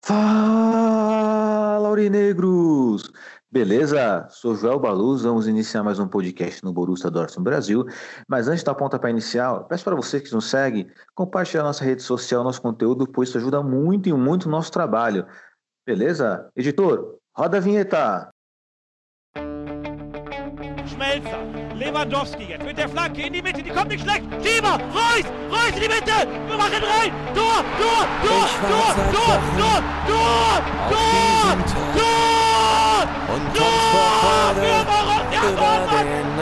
Fala, aurinegros! Beleza? Sou Joel Baluz, vamos iniciar mais um podcast no Borussia Dortmund Brasil. Mas antes da pontapé inicial, peço para você que nos segue, compartilhar nossa rede social, nosso conteúdo, pois isso ajuda muito e muito o nosso trabalho. Beleza? Editor, roda a vinheta! Schmelzer, Lewandowski jetzt mit der Flanke in die Mitte, die kommt nicht schlecht. Schieber, Reus in die Mitte, wir machen rein. Tor! Und kommt vor Freude über den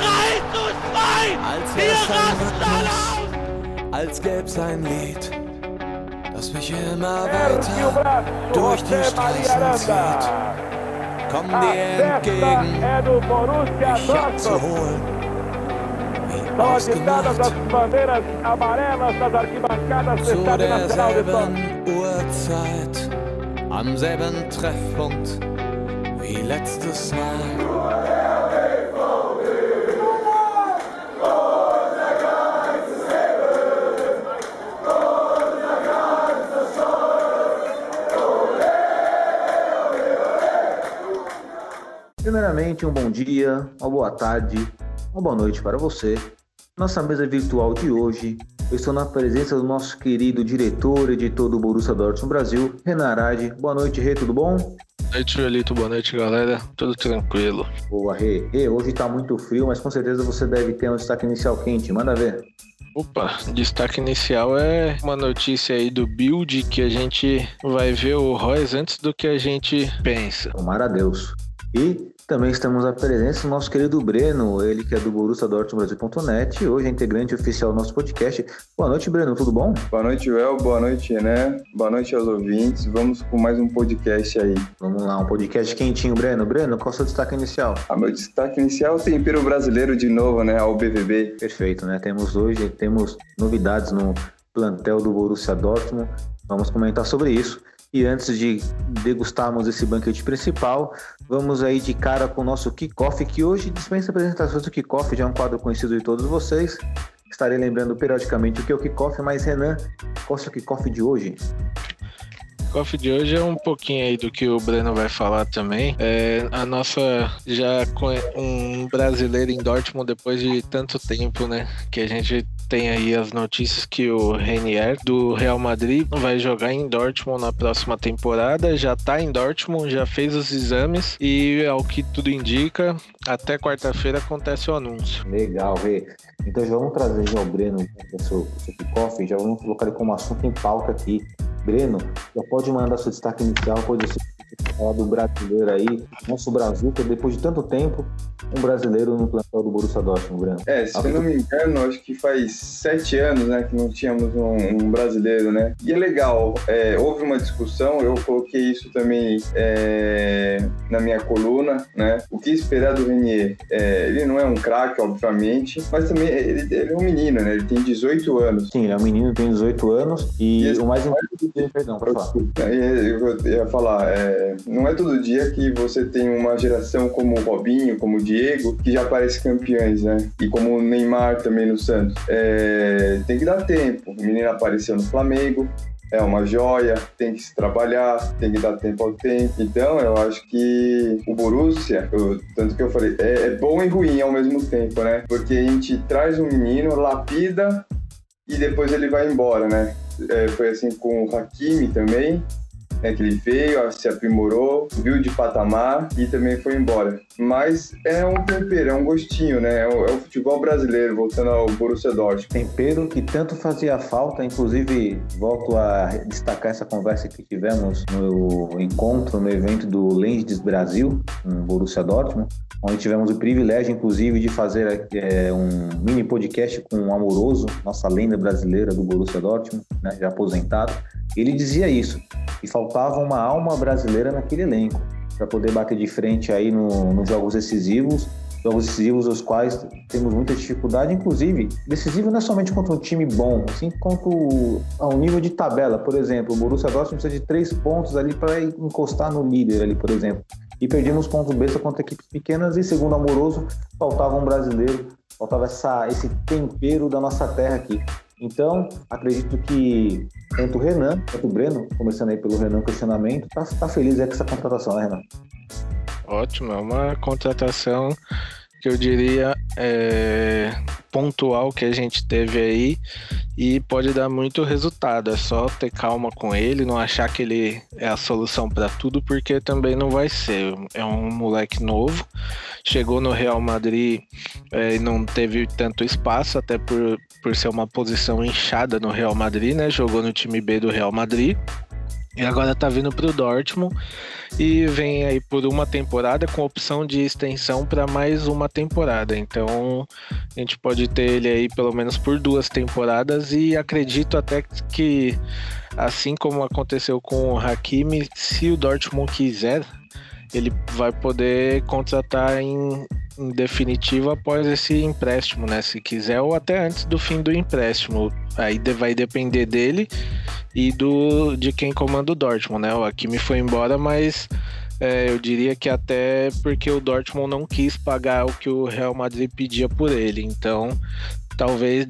3:2! Wir rasten alle aus! Als gäb's ein Lied, das mich immer weiter durch die Straßen zieht. Kommen dir entgegen, mich abzuholen, wie ausgemacht, zu derselben Uhrzeit, am selben Treffpunkt wie letztes Mal. Primeiramente, um bom dia, uma boa tarde, uma boa noite para você. Nossa mesa virtual de hoje, eu estou na presença do nosso querido diretor, editor do Borussia Dortmund Brasil, Renan Aradi. Boa noite, Rê, tudo bom? Boa noite, Joelito. Boa noite, galera. Tudo tranquilo. Boa, Rê. Rê, hoje tá muito frio, mas com certeza você deve ter um destaque inicial quente. Manda ver. Opa, destaque inicial é uma notícia aí do Bild que a gente vai ver o Reus antes do que a gente pensa. Tomara a Deus. E também estamos à presença do nosso querido Breno, ele que é do BorussiaDortmundBrasil.net, hoje é integrante oficial do nosso podcast. Boa noite, Breno, tudo bom? Boa noite, Joel, boa noite, Renan, boa noite aos ouvintes. Vamos com mais um podcast aí. Vamos lá, um podcast quentinho, Breno. Breno, qual é o seu destaque inicial? Meu destaque inicial é o tempero brasileiro de novo, né, ao BVB. Perfeito, né? Temos novidades no plantel do Borussia Dortmund, vamos comentar sobre isso. E antes de degustarmos esse banquete principal, vamos aí de cara com o nosso kickoff, que hoje dispensa apresentações do kickoff, já é um quadro conhecido de todos vocês. Estarei lembrando periodicamente o que é o kickoff, mas Renan, qual é o seu kickoff de hoje? O kickoff de hoje é um pouquinho aí do que o Breno vai falar também. A nossa, já com um brasileiro em Dortmund depois de tanto tempo, né? Que a gente tem aí as notícias que o Renier do Real Madrid vai jogar em Dortmund na próxima temporada. Já tá em Dortmund, já fez os exames e, ao que tudo indica, até quarta-feira acontece o anúncio. Legal, Rê. Então já vamos trazer já o Breno para o seu kickoff, já vamos colocar ele como assunto em pauta aqui. Breno, já pode mandar seu destaque inicial, pode falar do brasileiro aí, nosso Brasil, que depois de tanto tempo, um brasileiro no plantel do Borussia Dortmund, Breno. Se eu não me engano, acho que faz 7 anos, né, que não tínhamos um brasileiro, né? E é legal, houve uma discussão, eu coloquei isso também na minha coluna, né? O que esperar do Renier? Ele não é um craque, obviamente, mas também ele é um menino, né? Ele tem 18 anos. Sim, ele é um menino, tem 18 anos e o mais importante... Perdão, pode falar. Eu ia falar, não é todo dia que você tem uma geração como o Robinho, como o Diego, que já parece campeões, né? E como o Neymar também no Santos. Tem que dar tempo. O menino apareceu no Flamengo, é uma joia, tem que se trabalhar, tem que dar tempo ao tempo. Então, eu acho que o Borussia, tanto que eu falei, é bom e ruim ao mesmo tempo, né? Porque a gente traz um menino, lapida e depois ele vai embora, né? Foi assim com o Hakimi também, né, que ele veio, se aprimorou, viu de patamar e também foi embora. Mas é um tempero, é um gostinho, né? É o futebol brasileiro, voltando ao Borussia Dortmund. Tempero que tanto fazia falta, inclusive volto a destacar essa conversa que tivemos no encontro, no evento do Lendes Brasil, no Borussia Dortmund, onde tivemos o privilégio, inclusive, de fazer um mini podcast com o Amoroso, nossa lenda brasileira do Borussia Dortmund, né, já aposentado. Ele dizia isso, que faltava uma alma brasileira naquele elenco, para poder bater de frente aí nos jogos decisivos os quais temos muita dificuldade, inclusive, decisivo não é somente contra um time bom, assim quanto ao nível de tabela. Por exemplo, o Borussia Dortmund precisa de 3 pontos ali para encostar no líder ali, por exemplo. E perdemos pontos besta contra equipes pequenas e, segundo Amoroso, faltava um brasileiro, faltava esse tempero da nossa terra aqui. Então, acredito que tanto o Renan quanto o Breno, começando aí pelo Renan, questionamento, tá feliz aí com essa contratação, né, Renan? Ótimo, é uma contratação que eu diria pontual que a gente teve aí e pode dar muito resultado. É só ter calma com ele, não achar que ele é a solução para tudo, porque também não vai ser. É um moleque novo, chegou no Real Madrid e não teve tanto espaço, até por ser uma posição inchada no Real Madrid, né? Jogou no time B do Real Madrid e agora tá vindo pro Dortmund e vem aí por uma temporada com opção de extensão para mais uma temporada. Então a gente pode ter ele aí pelo menos por 2 temporadas e acredito até que, assim como aconteceu com o Hakimi, se o Dortmund quiser, ele vai poder contratar em definitivo após esse empréstimo, né? Se quiser, ou até antes do fim do empréstimo. Aí vai depender dele e de quem comanda o Dortmund, né? O Hakimi foi embora, mas eu diria que até porque o Dortmund não quis pagar o que o Real Madrid pedia por ele. Então, talvez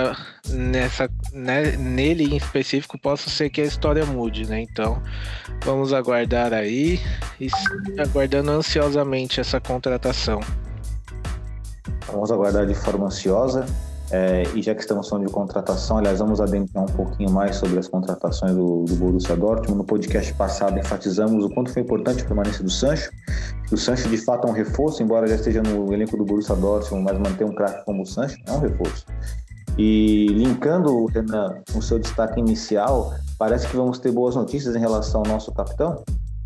nele em específico possa ser que a história mude, né? Então, vamos aguardar aí e aguardando ansiosamente essa contratação. Vamos aguardar de forma ansiosa. E já que estamos falando de contratação, aliás, vamos adentrar um pouquinho mais sobre as contratações do Borussia Dortmund. No podcast passado enfatizamos o quanto foi importante a permanência do Sancho. O Sancho de fato é um reforço, embora já esteja no elenco do Borussia Dortmund, mas manter um craque como o Sancho é um reforço. E linkando, Renan, com o seu destaque inicial, parece que vamos ter boas notícias em relação ao nosso capitão?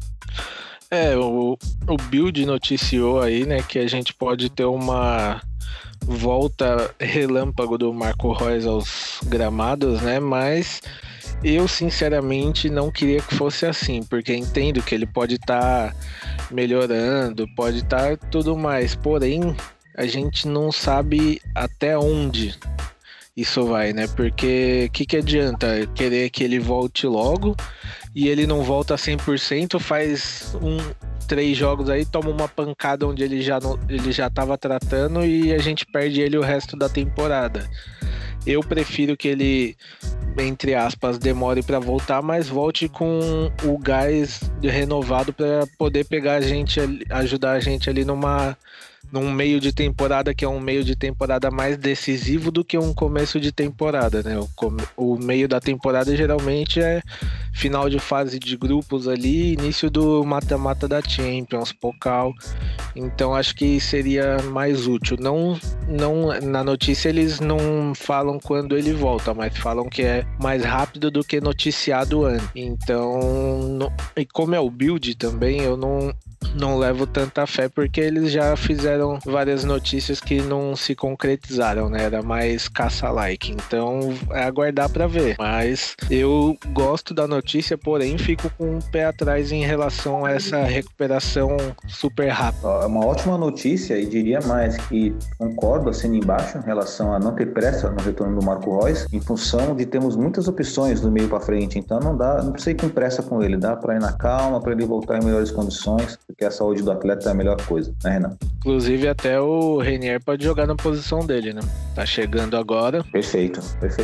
O Bild noticiou aí, né, que a gente pode ter uma volta relâmpago do Marco Reus aos gramados, né, mas eu sinceramente não queria que fosse assim, porque entendo que ele pode estar melhorando, pode estar tudo mais, porém a gente não sabe até onde isso vai, né, porque o que adianta querer que ele volte logo e ele não volta 100%, faz 3 jogos aí, toma uma pancada onde ele já estava tratando e a gente perde ele o resto da temporada. Eu prefiro que ele, entre aspas, demore para voltar, mas volte com o gás renovado para poder pegar a gente, ajudar a gente ali num meio de temporada que é um meio de temporada mais decisivo do que um começo de temporada, né? O meio da temporada geralmente é final de fase de grupos ali, início do mata-mata da Champions, Pokal. Então acho que seria mais útil. Não, na notícia eles não falam quando ele volta, mas falam que é mais rápido do que noticiado antes. Então, e como é o Bild também, eu não levo tanta fé, porque eles já fizeram várias notícias que não se concretizaram, né? Era mais caça-like. Então, é aguardar para ver. Mas eu gosto da notícia, porém, fico com o pé atrás em relação a essa recuperação super rápida. É uma ótima notícia e diria mais que concordo, assino embaixo, em relação a não ter pressa no retorno do Marco Reus, em função de termos muitas opções do meio para frente. Então, não precisa ir com pressa com ele, dá para ir na calma, para ele voltar em melhores condições, porque a saúde do atleta é a melhor coisa, né, Renan? Inclusive, até o Reinier pode jogar na posição dele, né? Tá chegando agora. Perfeito.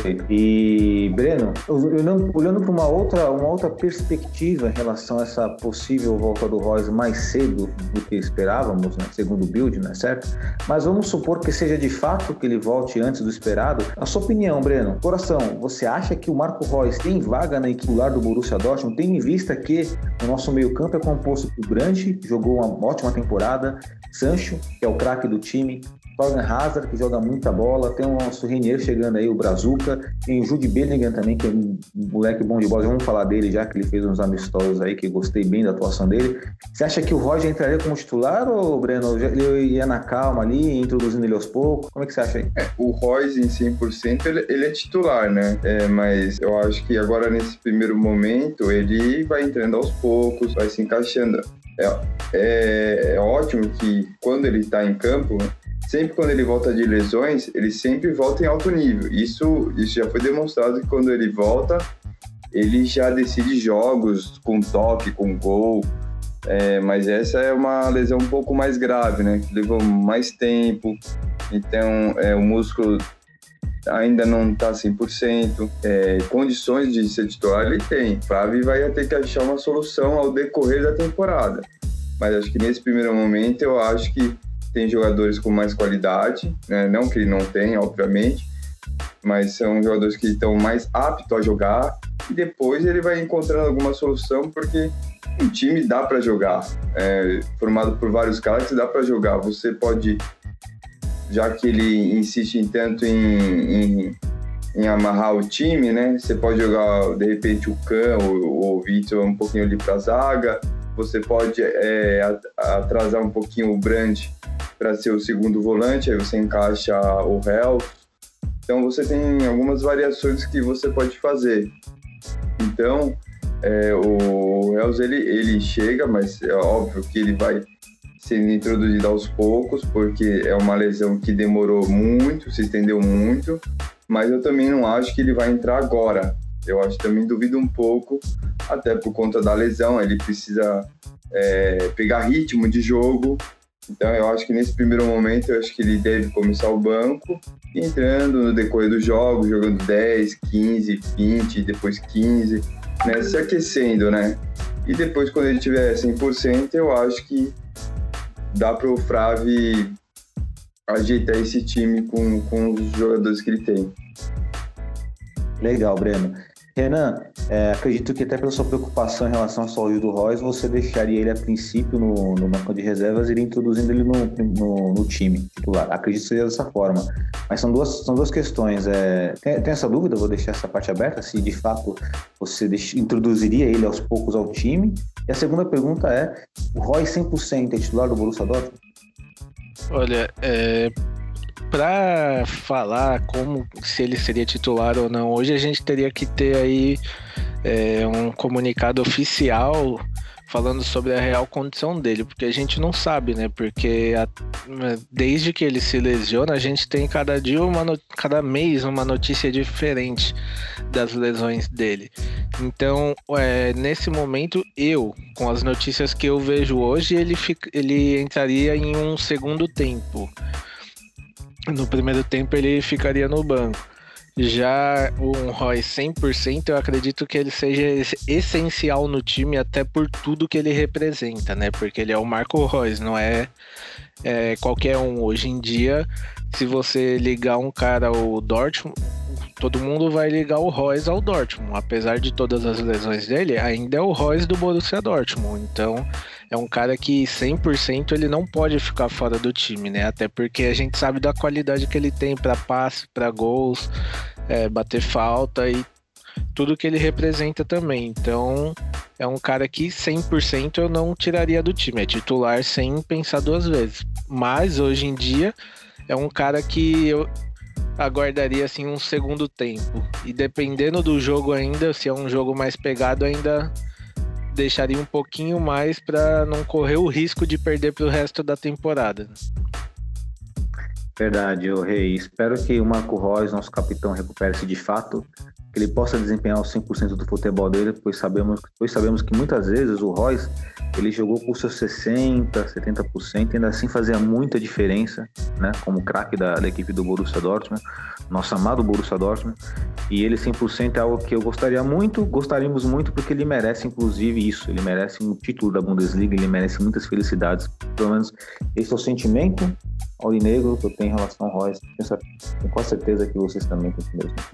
E, Breno, olhando para uma outra perspectiva em relação a essa possível volta do Reus mais cedo do que esperávamos, né? Segundo o Bild, né? Certo? Mas vamos supor que seja de fato que ele volte antes do esperado. A sua opinião, Breno, coração, você acha que o Marco Reus tem vaga na titular do Borussia Dortmund, tendo em vista que o nosso meio-campo é composto por Brandt, jogou uma ótima temporada, Sancho, que é o craque do time, Torgan Hazard, que joga muita bola, tem o nosso Reinier chegando aí, o Brazuca, tem o Jude Bellingham também, que é um moleque bom de bola, já vamos falar dele já, que ele fez uns amistosos aí, que gostei bem da atuação dele. Você acha que o Roger entraria como titular, ou, Breno, ele ia na calma ali, introduzindo ele aos poucos? Como é que você acha aí? O Reus em 100% ele é titular, né? Mas eu acho que agora, nesse primeiro momento, ele vai entrando aos poucos, vai se encaixando. É ótimo que quando ele está em campo, sempre quando ele volta de lesões, ele sempre volta em alto nível. Isso já foi demonstrado que quando ele volta, ele já decide jogos com toque, com gol. Mas essa é uma lesão um pouco mais grave, né? Levou mais tempo, então o músculo ainda não está 100%, condições de ser titular ele tem. O Flávio vai ter que achar uma solução ao decorrer da temporada. Mas acho que nesse primeiro momento eu acho que tem jogadores com mais qualidade, né? Não que ele não tenha, obviamente, mas são jogadores que estão mais aptos a jogar, e depois ele vai encontrando alguma solução, porque um time dá para jogar, formado por vários caras que dá para jogar. Você pode, já que ele insiste tanto em amarrar o time, né? Você pode jogar, de repente, o Kahn ou o Vitor um pouquinho ali para a zaga, você pode atrasar um pouquinho o Brandt para ser o segundo volante, aí você encaixa o Hell. Então você tem algumas variações que você pode fazer. Então o Hells ele chega, mas é óbvio que ele vai sendo introduzido aos poucos, porque é uma lesão que demorou muito, se estendeu muito, mas eu também não acho que ele vai entrar agora. Eu acho, também duvido um pouco, até por conta da lesão, ele precisa pegar ritmo de jogo. Então eu acho que nesse primeiro momento eu acho que ele deve começar o banco, entrando no decorrer dos jogos, jogando 10, 15, 20, depois 15, né, se aquecendo, né? E depois, quando ele tiver 100%, eu acho que dá para o Frave ajeitar esse time com os jogadores que ele tem. Legal, Breno. Renan, acredito que até pela sua preocupação em relação à saúde do Royce, você deixaria ele a princípio no banco de reservas e iria introduzindo ele no time titular. Acredito que seja dessa forma. Mas são duas questões. Tem essa dúvida, vou deixar essa parte aberta, se de fato você introduziria ele aos poucos ao time. E a segunda pergunta é, o Royce 100% é titular do Borussia Dortmund? Olha, para falar se ele seria titular ou não, hoje a gente teria que ter aí um comunicado oficial falando sobre a real condição dele, porque a gente não sabe, né? Porque desde que ele se lesiona, a gente tem cada dia, cada mês, uma notícia diferente das lesões dele. Então, nesse momento, com as notícias que eu vejo hoje, ele entraria em um segundo tempo. No primeiro tempo ele ficaria no banco. Já o Royce 100%, eu acredito que ele seja essencial no time, até por tudo que ele representa, né? Porque ele é o Marco Reus, não é qualquer um. Hoje em dia, se você ligar um cara ao Dortmund, todo mundo vai ligar o Reus ao Dortmund. Apesar de todas as lesões dele, ainda é o Reus do Borussia Dortmund. Então, é um cara que 100% ele não pode ficar fora do time, né? Até porque a gente sabe da qualidade que ele tem para passe, para gols, bater falta e tudo que ele representa também. Então, é um cara que 100% eu não tiraria do time. É titular sem pensar duas vezes. Mas, hoje em dia, é um cara que eu aguardaria assim um segundo tempo. E dependendo do jogo ainda, se é um jogo mais pegado, ainda deixaria um pouquinho mais para não correr o risco de perder para o resto da temporada. Verdade, Rei. Espero que o Marco Reus, nosso capitão, recupere-se de fato, que ele possa desempenhar os 100% do futebol dele, pois sabemos que muitas vezes o Reus, ele jogou por seus 60%, 70%, e ainda assim fazia muita diferença, né, como craque da equipe do Borussia Dortmund, nosso amado Borussia Dortmund, e ele 100% é algo que gostaríamos muito, porque ele merece inclusive isso, ele merece um título da Bundesliga, ele merece muitas felicidades, pelo menos esse é o sentimento aurinegro que eu tenho em relação ao Reus. Tenho quase certeza que vocês também têm o mesmo.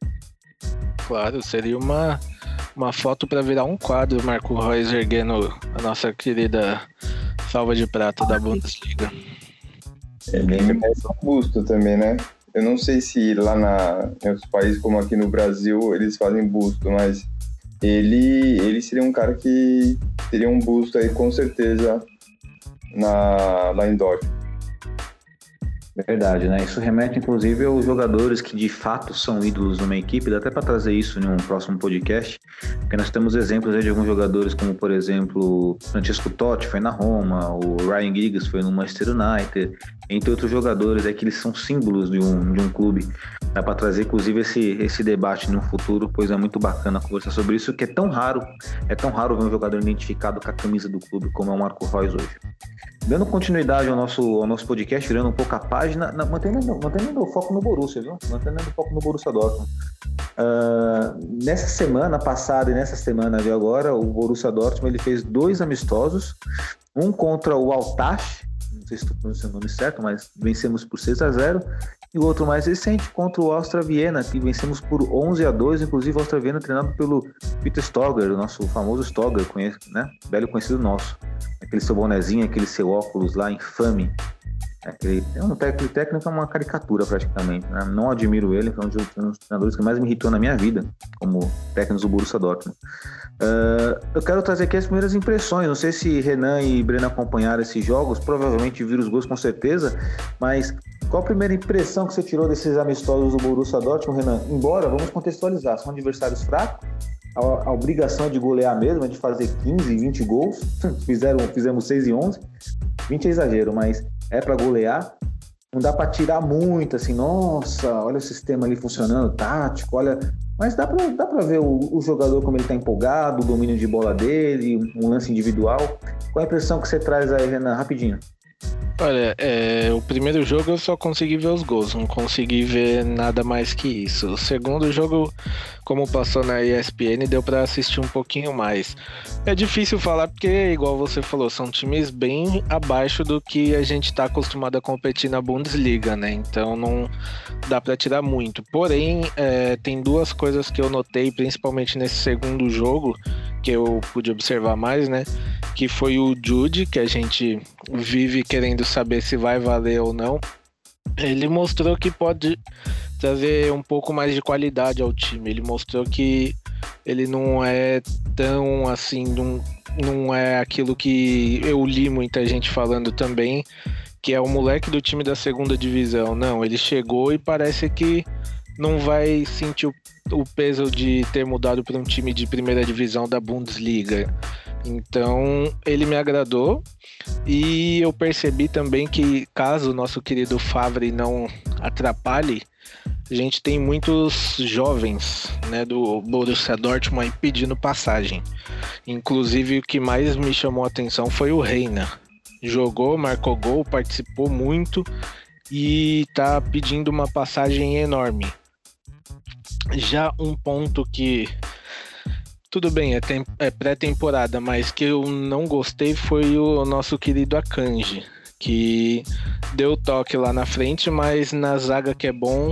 Claro, seria uma foto para virar um quadro, Marco Reus erguendo a nossa querida salva de prata da Bundesliga. Ele merece um busto também, né? Eu não sei se lá em outros países, como aqui no Brasil, eles fazem busto, mas ele seria um cara que teria um busto aí com certeza lá em Dortmund. Verdade, né? Isso remete, inclusive, aos jogadores que de fato são ídolos numa equipe. Dá até para trazer isso em um próximo podcast, porque nós temos exemplos aí de alguns jogadores, como, por exemplo, Francesco Totti foi na Roma, o Ryan Giggs foi no Manchester United, entre outros jogadores aí que eles são símbolos de um clube. Dá para trazer, inclusive, esse debate no futuro, pois é muito bacana conversar sobre isso, que é tão raro ver um jogador identificado com a camisa do clube como é o Marco Reus hoje. Dando continuidade ao nosso podcast, virando um pouco a página, mantendo o foco no Borussia, viu? Mantendo o foco no Borussia Dortmund. Nessa semana passada e nessa semana de agora, o Borussia Dortmund ele fez 2 amistosos, um contra o Altach, não sei se estou pronunciando o nome certo, mas vencemos por 6-0, e o outro mais recente contra o Austria Viena, que vencemos por 11-2, inclusive o Austria Viena treinado pelo Peter Stöger, o nosso famoso Stöger, né? Velho conhecido nosso. Aquele seu bonezinho, aquele seu óculos lá, infame. Aquele técnico é uma caricatura praticamente, né? Não admiro ele, foi um dos treinadores que mais me irritou na minha vida, como técnico do Borussia Dortmund. Eu quero trazer aqui as primeiras impressões. Não sei se Renan e Breno acompanharam esses jogos, provavelmente viram os gols com certeza, mas qual a primeira impressão que você tirou desses amistosos do Borussia Dortmund, Renan? Embora, vamos contextualizar, são adversários fracos, a obrigação de golear mesmo é de fazer 15, 20 gols, fizemos 6 e 11, 20 é exagero, mas é para golear, não dá para tirar muito, assim, nossa, olha o sistema ali funcionando, tático, olha, mas dá para ver o jogador como ele está empolgado, o domínio de bola dele, um lance individual. Qual a impressão que você traz aí, Renan, rapidinho? Olha, o primeiro jogo eu só consegui ver os gols, não consegui ver nada mais que isso. O segundo jogo, como passou na ESPN, deu pra assistir um pouquinho mais. É difícil falar porque, igual você falou, são times bem abaixo do que a gente tá acostumado a competir na Bundesliga, né? Então não dá pra tirar muito. Porém, tem 2 coisas que eu notei, principalmente nesse segundo jogo, que eu pude observar mais, né? Que foi o Jude, que a gente vive querendo saber se vai valer ou não. Ele mostrou que pode trazer um pouco mais de qualidade ao time. Ele mostrou que ele não é tão assim, não é aquilo que eu li muita gente falando também, que é o moleque do time da segunda divisão. Não, ele chegou e parece que não vai sentir o peso de ter mudado para um time de primeira divisão da Bundesliga. Então ele me agradou e eu percebi também que, caso o nosso querido Favre não atrapalhe, a gente tem muitos jovens, né, do Borussia Dortmund aí pedindo passagem. Inclusive o que mais me chamou a atenção foi o Reina. Jogou, marcou gol, participou muito e tá pedindo uma passagem enorme. Já um ponto que, tudo bem, é pré-temporada, mas que eu não gostei foi o nosso querido Akanji, que deu toque lá na frente, mas na zaga que é bom,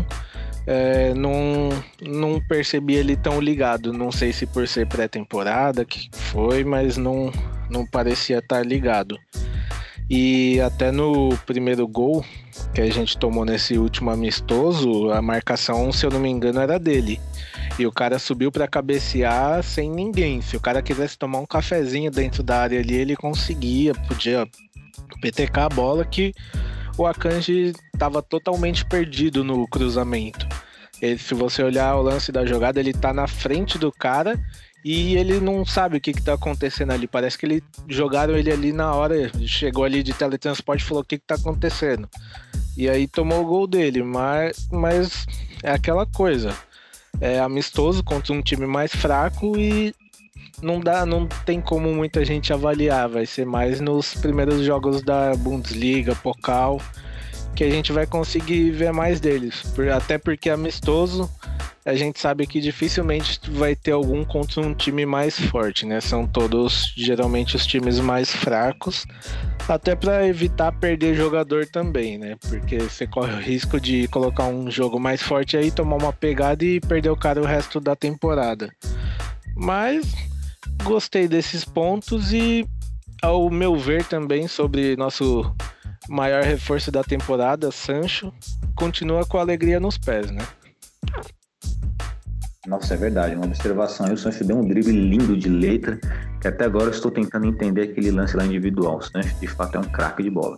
não percebi ele tão ligado. Não sei se por ser pré-temporada que foi, mas não parecia estar ligado. E até no primeiro gol que a gente tomou nesse último amistoso, a marcação, se eu não me engano, era dele. E o cara subiu para cabecear sem ninguém. Se o cara quisesse tomar um cafezinho dentro da área ali, ele podia petecar a bola, que o Akanji estava totalmente perdido no cruzamento. Se você olhar o lance da jogada, ele tá na frente do cara e ele não sabe o que tá acontecendo ali. Parece que jogaram ele ali na hora, chegou ali de teletransporte e falou o que tá acontecendo. E aí tomou o gol dele, mas é aquela coisa. É amistoso contra um time mais fraco e não tem como muita gente avaliar. Vai ser mais nos primeiros jogos da Bundesliga, Pokal, que a gente vai conseguir ver mais deles. Até porque amistoso, a gente sabe que dificilmente vai ter algum contra um time mais forte, né? São todos geralmente os times mais fracos, até para evitar perder jogador também, né? Porque você corre o risco de colocar um jogo mais forte aí, tomar uma pegada e perder o cara o resto da temporada. Mas gostei desses pontos e, ao meu ver também, sobre nosso maior reforço da temporada, Sancho, continua com a alegria nos pés, né? Nossa, é verdade, uma observação aí, o Sancho deu um drible lindo de letra, que até agora eu estou tentando entender aquele lance lá individual. O Sancho de fato é um craque de bola.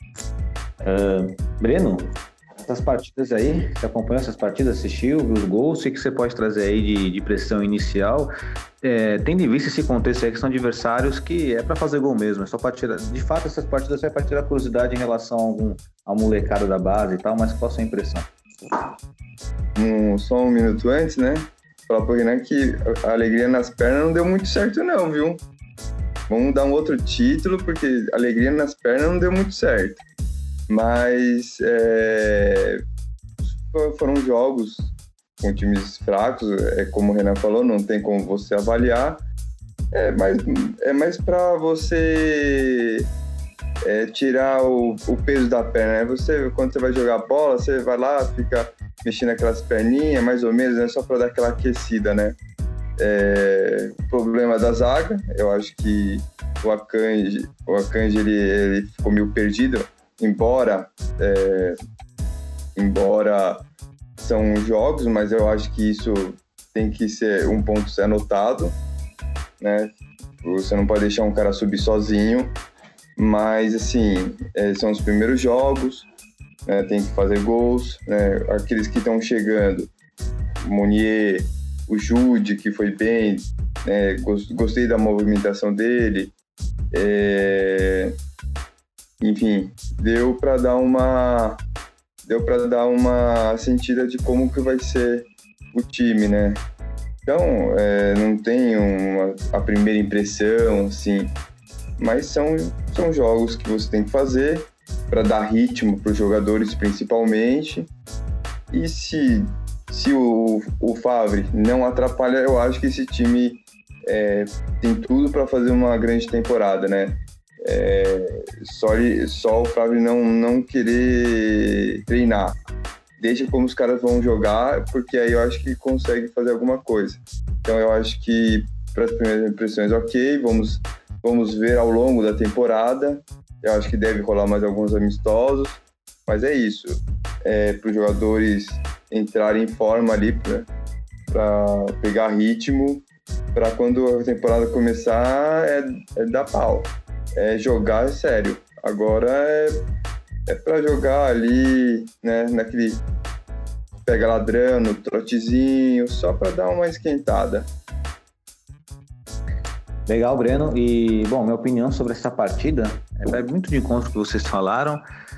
Breno, essas partidas aí, você acompanhou essas partidas, assistiu, viu os gols, o que você pode trazer aí de pressão inicial? Tendo em vista esse contexto aí, que são adversários que é para fazer gol mesmo, é só para tirar, de fato essas partidas é para tirar curiosidade em relação a molecada da base e tal, mas qual a sua impressão? Só um minuto antes, né? Falar pro Renan que a alegria nas pernas não deu muito certo não, viu? vamos dar um outro título, porque alegria nas pernas não deu muito certo. Mas foram jogos com times fracos, como o Renan falou, não tem como você avaliar. É mais para você tirar o peso da perna, né? Quando você vai jogar bola, você vai lá, fica mexendo aquelas perninhas, mais ou menos, né? Só para dar aquela aquecida, né? O problema da zaga, eu acho que o Akanji ele ficou meio perdido, embora são jogos, mas eu acho que isso tem que ser um ponto a ser anotado, né? Você não pode deixar um cara subir sozinho, mas assim, são os primeiros jogos, né? Tem que fazer gols, né? Aqueles que estão chegando, o Meunier, o Jude, que foi bem, né? Gostei da movimentação dele, enfim, deu para dar uma sentida de como que vai ser o time, né? Então, não tem a primeira impressão, assim, mas são jogos que você tem que fazer para dar ritmo para os jogadores, principalmente. E se o Favre não atrapalha, eu acho que esse time tem tudo para fazer uma grande temporada, né? Só o Favre não querer treinar. Deixa como os caras vão jogar, porque aí eu acho que consegue fazer alguma coisa. Então eu acho que para as primeiras impressões, ok, vamos ver ao longo da temporada. Eu acho que deve rolar mais alguns amistosos, mas é isso. Para os jogadores entrarem em forma ali, para pegar ritmo, para quando a temporada começar, dar pau. Jogar sério. Agora é para jogar ali, né, naquele pega ladrão, no trotezinho, só para dar uma esquentada. Legal, Breno. E, bom, minha opinião sobre essa partida é muito de encontro com o que vocês falaram.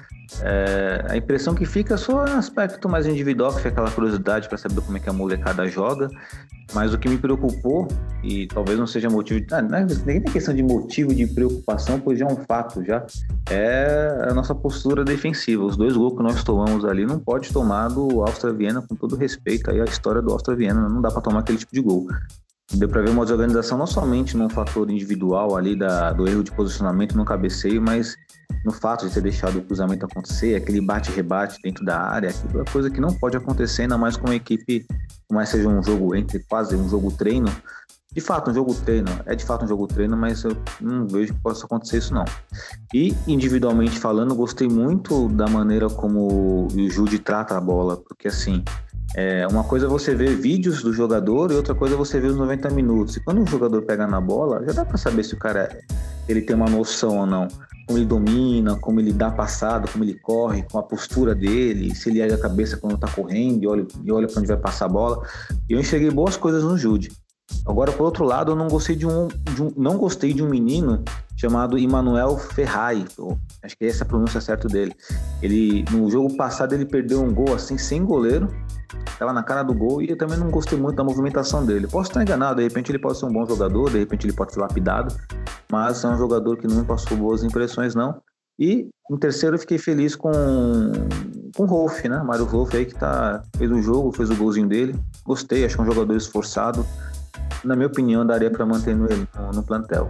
A impressão que fica é só um aspecto mais individual, que fica aquela curiosidade para saber como é que a molecada joga. Mas o que me preocupou, e talvez não seja motivo... nem tem questão de motivo de preocupação, pois já é um fato, já é a nossa postura defensiva. Os 2 gols que nós tomamos ali não pode tomar do Áustria Viena, com todo respeito aí à história do Áustria Viena, não dá para tomar aquele tipo de gol. Deu para ver uma desorganização não somente num fator individual ali do erro de posicionamento no cabeceio, mas no fato de ter deixado o cruzamento acontecer, aquele bate-rebate dentro da área, aquilo é coisa que não pode acontecer, ainda mais com uma equipe, mais seja um jogo quase um jogo treino. De fato, um jogo treino, mas eu não vejo que possa acontecer isso não. E, individualmente falando, gostei muito da maneira como o Jude trata a bola, porque assim, uma coisa é você ver vídeos do jogador e outra coisa é você ver os 90 minutos. E quando o jogador pega na bola, já dá para saber se o cara ele tem uma noção ou não. Como ele domina, como ele dá passada, como ele corre, com a postura dele, se ele ergue a cabeça quando tá correndo e olha para onde vai passar a bola. E eu enxerguei boas coisas no Jude. Agora, por outro lado, eu não gostei de um menino chamado Emmanuel Ferrari. Acho que essa é a pronúncia certa dele. No jogo passado, ele perdeu um gol assim, sem goleiro. Estava na cara do gol e eu também não gostei muito da movimentação dele. Posso estar enganado, de repente ele pode ser um bom jogador, de repente ele pode ser lapidado, mas é um jogador que não me passou boas impressões, não. E em terceiro eu fiquei feliz com o Rolf, né? Mário Rolf aí que fez o jogo, fez o golzinho dele. Gostei, acho que é um jogador esforçado. Na minha opinião, daria para manter ele no plantel.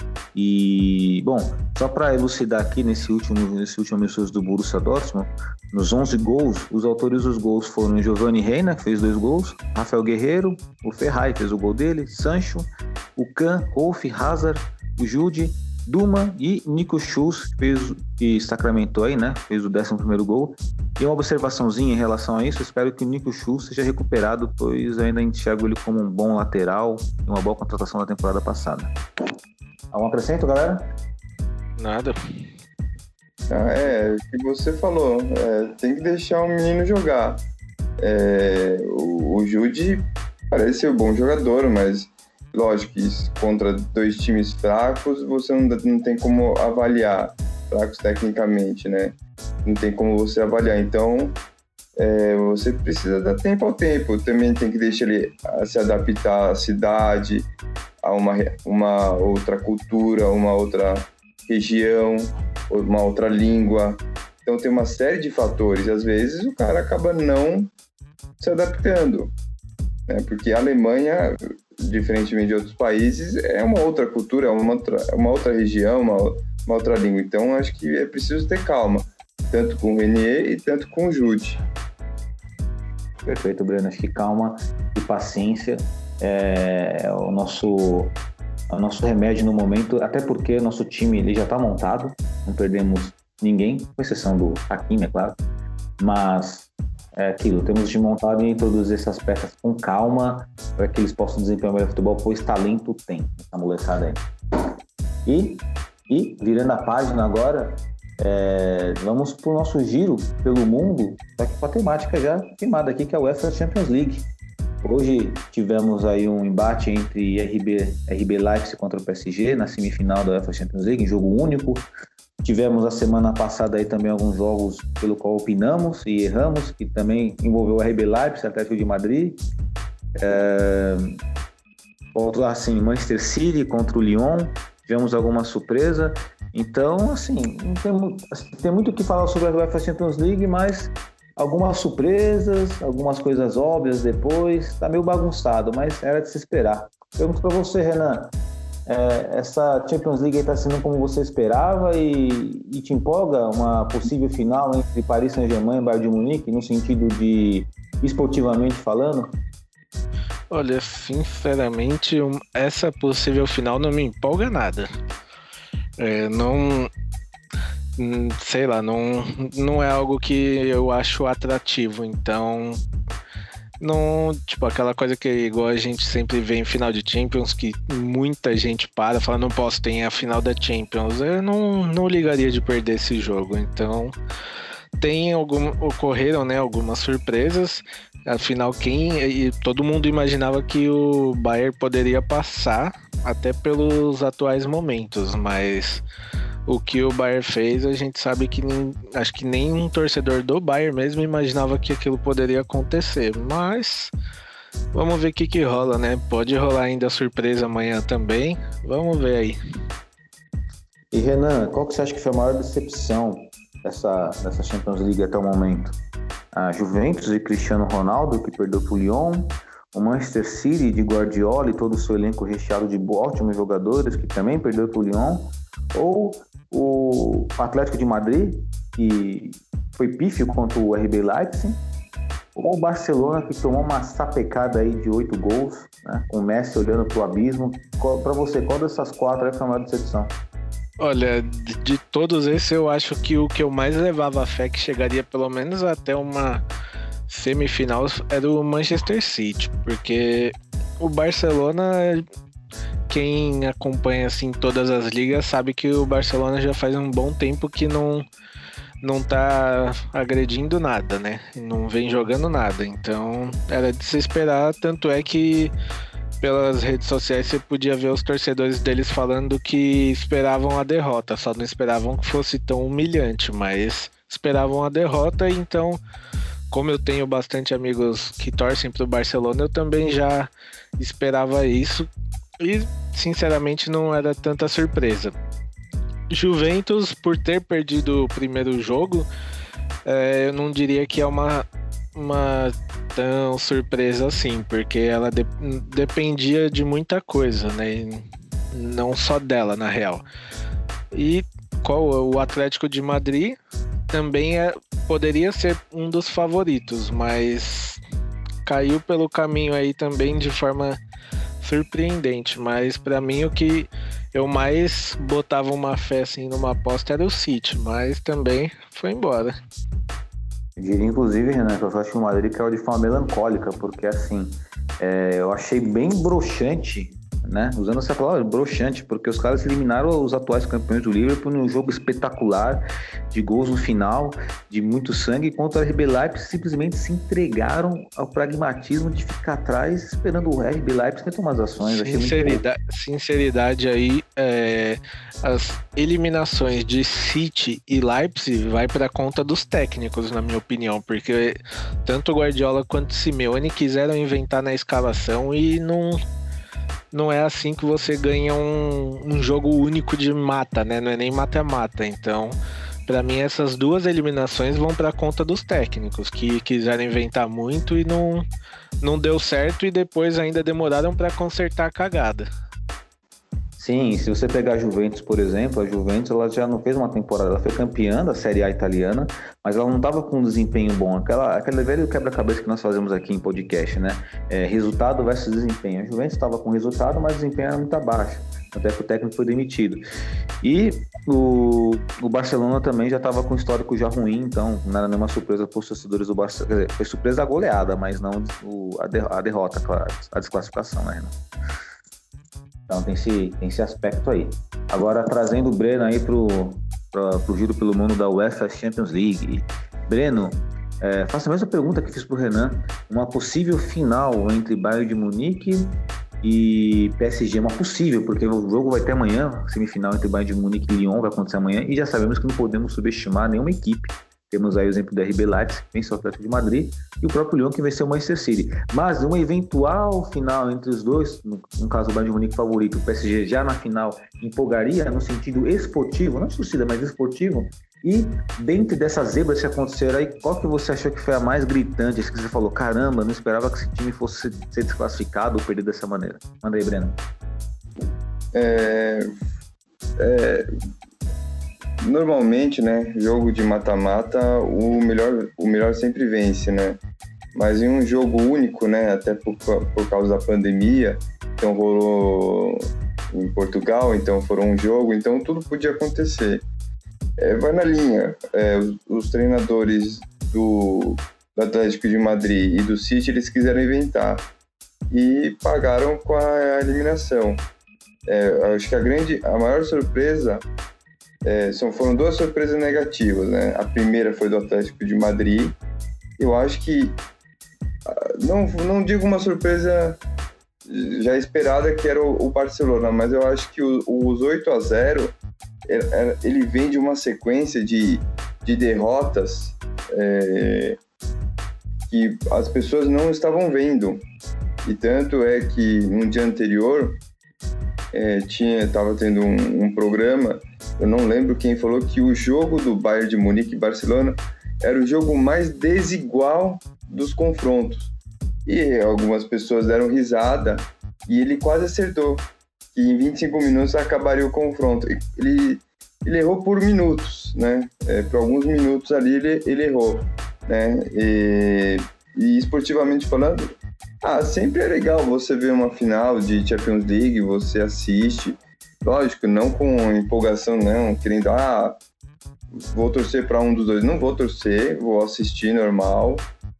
E, bom, só para elucidar aqui nesse último amistoso do Borussia Dortmund, nos 11 gols, os autores dos gols foram Giovanni Reina, que fez 2 gols, Rafael Guerreiro, o Ferrari fez o gol dele, Sancho, o Kahn, Rolf, Hazard, o Jude, Duma e Nico Schulz, que sacramentou aí, né? Fez o 11º gol. E uma observaçãozinha em relação a isso, espero que o Nico Schulz seja recuperado, pois eu ainda enxergo ele como um bom lateral e uma boa contratação da temporada passada. Algum acrescento, galera? Nada. O que você falou, tem que deixar o menino jogar. O Jude parece ser um bom jogador, mas lógico que contra 2 times fracos você não tem como avaliar, fracos tecnicamente, né? Não tem como você avaliar, então você precisa dar tempo ao tempo, também tem que deixar ele se adaptar à cidade, a uma outra cultura, uma outra região, uma outra língua. Então tem uma série de fatores e às vezes o cara acaba não se adaptando, né? Porque a Alemanha, diferentemente de outros países, é uma outra cultura, é uma outra região, uma outra língua. Então acho que é preciso ter calma, tanto com o Renier e tanto com o Jude. Perfeito, Breno. Acho que calma e paciência é o nosso remédio no momento, até porque o nosso time ele já está montado, não perdemos ninguém, com exceção do Hakimi, é claro, mas é aquilo, temos de montar e introduzir essas peças com calma para que eles possam desempenhar o melhor futebol, pois talento tem essa molecada aí. E virando a página agora, vamos para o nosso giro pelo mundo, só que com a temática já queimada aqui, que é a UEFA Champions League. Hoje tivemos aí um embate entre RB Leipzig contra o PSG na semifinal da UEFA Champions League, em jogo único. Tivemos a semana passada aí também alguns jogos pelo qual opinamos e erramos, que também envolveu o RB Leipzig, Atlético de Madrid. Manchester City contra o Lyon. Tivemos alguma surpresa. Então, assim, tem muito o que falar sobre a UEFA Champions League, mas algumas surpresas, algumas coisas óbvias depois. Tá meio bagunçado, mas era de se esperar. Pergunto para você, Renan. Essa Champions League está sendo como você esperava e te empolga uma possível final entre Paris Saint-Germain e Bayern de Munique, no sentido de esportivamente falando? Olha, sinceramente, essa possível final não me empolga nada. Sei lá, não é algo que eu acho atrativo, então não, tipo, aquela coisa que igual a gente sempre vê em final de Champions, que muita gente fala, não posso ter a final da Champions, eu não ligaria de perder esse jogo, então ocorreram, né, algumas surpresas. Afinal, todo mundo imaginava que o Bayern poderia passar até pelos atuais momentos, mas o que o Bayern fez, a gente sabe que acho que nem um torcedor do Bayern mesmo imaginava que aquilo poderia acontecer, mas vamos ver o que rola, né? Pode rolar ainda surpresa amanhã também, vamos ver aí. E Renan, qual que você acha que foi a maior decepção dessa Champions League até o momento? A Juventus e Cristiano Ronaldo, que perdeu para o Lyon, o Manchester City de Guardiola e todo o seu elenco recheado de ótimos jogadores, que também perdeu para o Lyon, ou o Atlético de Madrid, que foi pífio contra o RB Leipzig, ou o Barcelona, que tomou uma sapecada aí de 8 gols, né, com o Messi olhando para o abismo. Para você, qual dessas 4 foi a maior decepção? Olha, de todos esses, eu acho que o que eu mais levava a fé que chegaria pelo menos até uma semifinal era o Manchester City, porque o Barcelona, quem acompanha assim todas as ligas sabe que o Barcelona já faz um bom tempo que não tá agredindo nada, né? Não vem jogando nada, então era de se esperar, tanto é que pelas redes sociais você podia ver os torcedores deles falando que esperavam a derrota, só não esperavam que fosse tão humilhante, mas esperavam a derrota. Então, como eu tenho bastante amigos que torcem pro Barcelona, eu também já esperava isso e sinceramente não era tanta surpresa. Juventus, por ter perdido o primeiro jogo, eu não diria que é uma tão surpresa assim, porque ela dependia de muita coisa, né? Não só dela, na real. E o Atlético de Madrid também poderia ser um dos favoritos, mas caiu pelo caminho aí também de forma surpreendente. Mas para mim o que eu mais botava uma fé assim numa aposta era o City, mas também foi embora. Eu diria, inclusive, Renan, que eu acho que o Madrid caiu de forma melancólica, porque, assim, eu achei bem broxante, né? Usando essa palavra, broxante, porque os caras eliminaram os atuais campeões do Liverpool num jogo espetacular, de gols no final, de muito sangue, contra o RB Leipzig, simplesmente se entregaram ao pragmatismo de ficar atrás, esperando o RB Leipzig tomar as ações. Sinceridade aí, as eliminações de City e Leipzig vai para conta dos técnicos, na minha opinião, porque tanto o Guardiola quanto o Simeone quiseram inventar na escalação e não é assim que você ganha um jogo único de mata, né? Não é nem mata-mata. Então, para mim, essas 2 eliminações vão para conta dos técnicos, que quiseram inventar muito e não deu certo, e depois ainda demoraram para consertar a cagada. Sim, se você pegar a Juventus, por exemplo, a Juventus ela já não fez uma temporada, ela foi campeã da Série A italiana, mas ela não estava com um desempenho bom. Aquele velho quebra-cabeça que nós fazemos aqui em podcast, né? Resultado versus desempenho. A Juventus estava com resultado, mas o desempenho era muito abaixo, até que o técnico foi demitido. E o Barcelona também já estava com um histórico já ruim, então não era nenhuma surpresa para os torcedores do Barcelona. Quer dizer, foi surpresa a goleada, mas não a derrota, claro, a desclassificação, né, Renan? Então tem esse aspecto aí. Agora, trazendo o Breno aí pro giro pelo mundo da UEFA Champions League. Breno, faço a mesma pergunta que fiz pro Renan. Uma possível final entre Bayern de Munique e PSG, uma possível, porque o jogo vai ter amanhã, semifinal entre Bayern de Munique e Lyon vai acontecer amanhã, e já sabemos que não podemos subestimar nenhuma equipe. Temos aí o exemplo do RB Leipzig, que venceu o Atlético de Madrid, e o próprio Lyon, que venceu o Manchester City. Mas uma eventual final entre os dois, no caso o Bayern de Munique favorito, o PSG já na final, empolgaria no sentido esportivo, não de torcida, mas esportivo. E dentro dessas zebras que aconteceram aí, qual que você achou que foi a mais gritante? Acho que você falou, caramba, não esperava que esse time fosse ser desclassificado ou perder dessa maneira. Manda aí, Breno. Normalmente, né, jogo de mata-mata, o melhor sempre vence, né? Mas em um jogo único, né, até por causa da pandemia, então rolou em Portugal, então foram um jogo, então tudo podia acontecer. Vai na linha, os treinadores do Atlético de Madrid e do City, eles quiseram inventar e pagaram com a eliminação. Acho que a maior surpresa foram 2 surpresas negativas, né? A primeira foi do Atlético de Madrid. Eu acho que não digo uma surpresa já esperada, que era o Barcelona, mas eu acho que os 8-0 ele vem de uma sequência de derrotas que as pessoas não estavam vendo, e tanto é que no dia anterior estava tendo um programa, eu não lembro quem falou, que o jogo do Bayern de Munique e Barcelona era o jogo mais desigual dos confrontos. E algumas pessoas deram risada, e ele quase acertou, que em 25 minutos acabaria o confronto. Ele errou por minutos, né? Por alguns minutos ali ele errou, né? E esportivamente falando, sempre é legal você ver uma final de Champions League, você assiste, lógico, não com empolgação, não, querendo, vou torcer para um dos dois. Não vou torcer, vou assistir normal.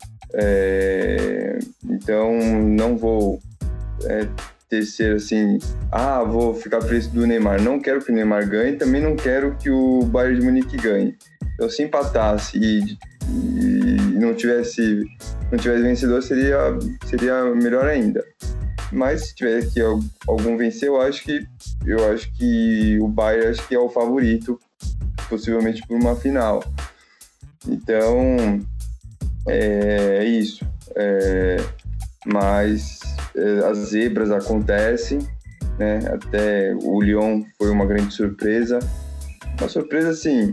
Então não vou tecer assim, vou ficar preso do Neymar. Não quero que o Neymar ganhe, também não quero que o Bayern de Munique ganhe. Então, se empatasse e não tivesse vencedor, seria melhor ainda. Mas se tiver que algum vencer, eu acho que o Bayern é o favorito, possivelmente por uma final. Então é isso. Mas as zebras acontecem, né? Até o Lyon foi uma grande surpresa. Uma surpresa, assim,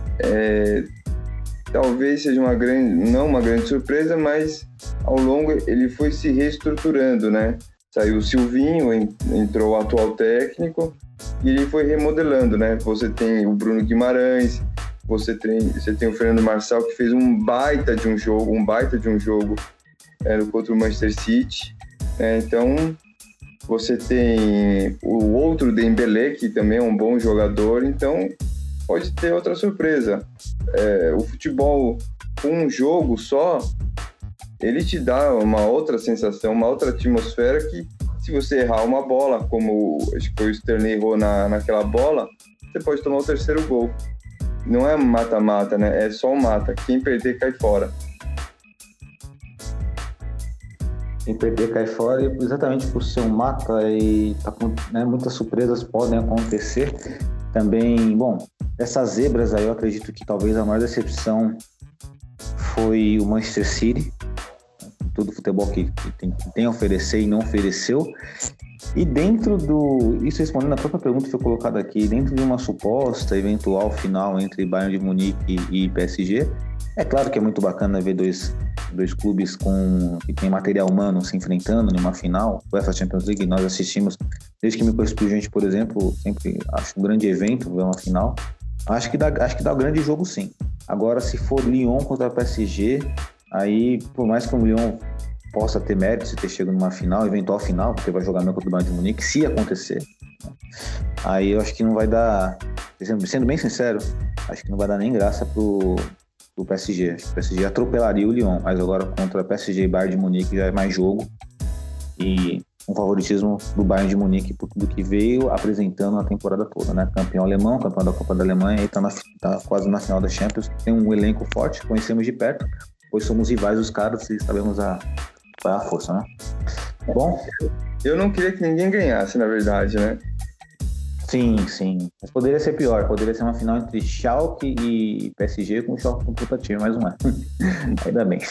talvez seja não uma grande surpresa, mas ao longo ele foi se reestruturando, né? Saiu o Silvinho, entrou o atual técnico e ele foi remodelando, né? Você tem o Bruno Guimarães, você tem o Fernando Marçal, que fez um baita de um jogo contra o Manchester City. Então, você tem o outro Dembélé, que também é um bom jogador, então pode ter outra surpresa. O futebol com um jogo só, ele te dá uma outra sensação, uma outra atmosfera, que se você errar uma bola, como acho que foi o Sterling errou naquela bola, você pode tomar o terceiro gol. Não é mata-mata, né? É só um mata. Quem perder, cai fora. Quem perder, cai fora, e exatamente por ser um mata, né, muitas surpresas podem acontecer. Também, bom, essas zebras aí, eu acredito que talvez a maior decepção foi o Manchester City, todo o futebol que tem a oferecer e não ofereceu. E dentro isso respondendo a própria pergunta que foi colocada aqui, dentro de uma suposta eventual final entre Bayern de Munique e PSG, é claro que é muito bacana ver dois clubes que tem material humano se enfrentando numa final, UEFA Champions League. Nós assistimos, desde que me conheço por gente, por exemplo, sempre acho um grande evento ver uma final. Acho que dá um grande jogo, sim. Agora, se for Lyon contra PSG, aí, por mais que o Lyon possa ter mérito se ter chegado numa final, eventual final, porque vai jogar mesmo contra o Bayern de Munique, se acontecer, né? Aí eu acho que não vai dar, sendo bem sincero, acho que não vai dar nem graça pro PSG. Acho que o PSG atropelaria o Lyon, mas agora contra PSG e Bayern de Munique já é mais jogo, e um favoritismo do Bayern de Munique por tudo que veio apresentando a temporada toda, né? Campeão alemão, campeão da Copa da Alemanha, e tá quase na final da Champions. Tem um elenco forte, conhecemos de perto, pois somos rivais dos caras e sabemos qual é a força, né? Bom, eu não queria que ninguém ganhasse, na verdade, né? Sim. Mas poderia ser pior. Poderia ser uma final entre Schalke e PSG com o Schalke com puta time, mais uma. Ainda bem.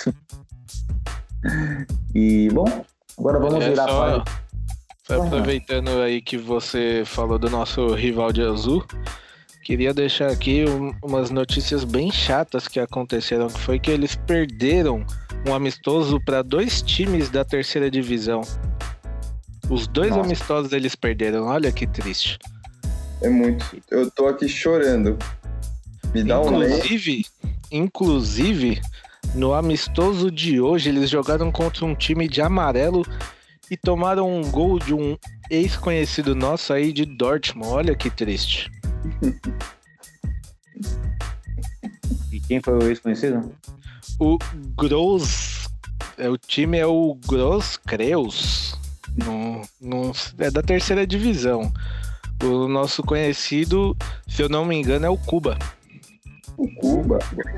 E, bom, agora vamos virar a página. Aproveitando aí que você falou do nosso rival de azul, queria deixar aqui umas notícias bem chatas que aconteceram, que foi que eles perderam um amistoso para 2 times da terceira divisão. Os 2 amistosos eles perderam, olha que triste. É muito. Eu tô aqui chorando. Me dá Inclusive, no amistoso de hoje, eles jogaram contra um time de amarelo e tomaram um gol de um ex-conhecido nosso aí de Dortmund. Olha que triste. E quem foi o ex-conhecido? O Gross. O time é o Gross Creus. É da terceira divisão. O nosso conhecido, se eu não me engano, é o Cuba. O Cuba.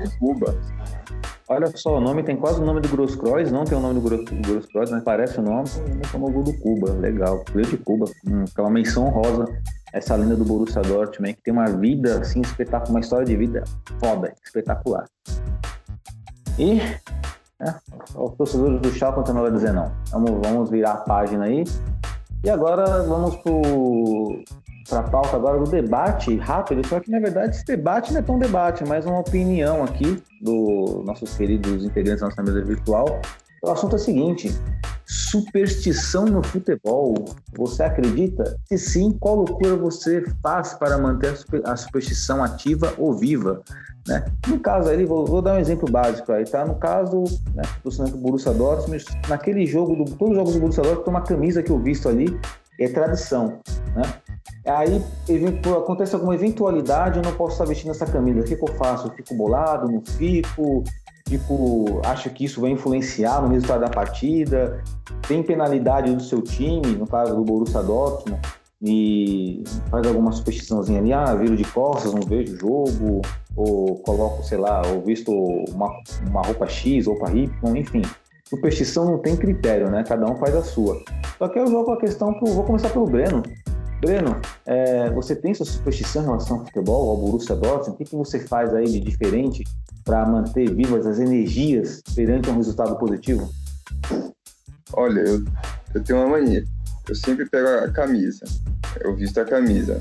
Olha só, o nome tem quase o nome do Grosskreuz, não tem o nome do Grosskreuz, mas parece o nome, e chamou o gol do Cuba. Legal, veio de Cuba. É uma menção honrosa essa lenda do Borussia Dortmund, que tem uma vida assim espetacular, uma história de vida foda, espetacular. E os torcedores do Schalke não tem nada a dizer, não. Vamos virar a página aí. E agora vamos para a pauta agora do debate rápido, só que na verdade esse debate não é tão debate, é mais uma opinião aqui dos nossos queridos integrantes da nossa mesa virtual. O assunto é o seguinte: superstição no futebol. Você acredita? Se sim, qual loucura você faz para manter a superstição ativa ou viva? Né? No caso aí, vou dar um exemplo básico aí, tá? No caso, né, do Borussia Dortmund, naquele jogo, todos os jogos do Borussia Dortmund tem uma camisa que eu visto ali, é tradição, né? Aí acontece alguma eventualidade, eu não posso estar vestindo essa camisa, o que eu faço? Eu fico bolado, não fico, acho que isso vai influenciar no resultado da partida, tem penalidade do seu time, no caso do Borussia Dortmund, e faz alguma superstiçãozinha ali, viro de costas, não vejo o jogo, ou coloco, sei lá, ou visto uma roupa X, roupa Y, enfim. Superstição não tem critério, né? Cada um faz a sua. Só que eu jogo a questão vou começar pelo Breno. Breno, você tem sua superstição em relação ao futebol, ao Borussia Dortmund? O que você faz aí de diferente para manter vivas as energias perante um resultado positivo? Olha, eu tenho uma mania. Eu sempre pego a camisa. Eu visto a camisa.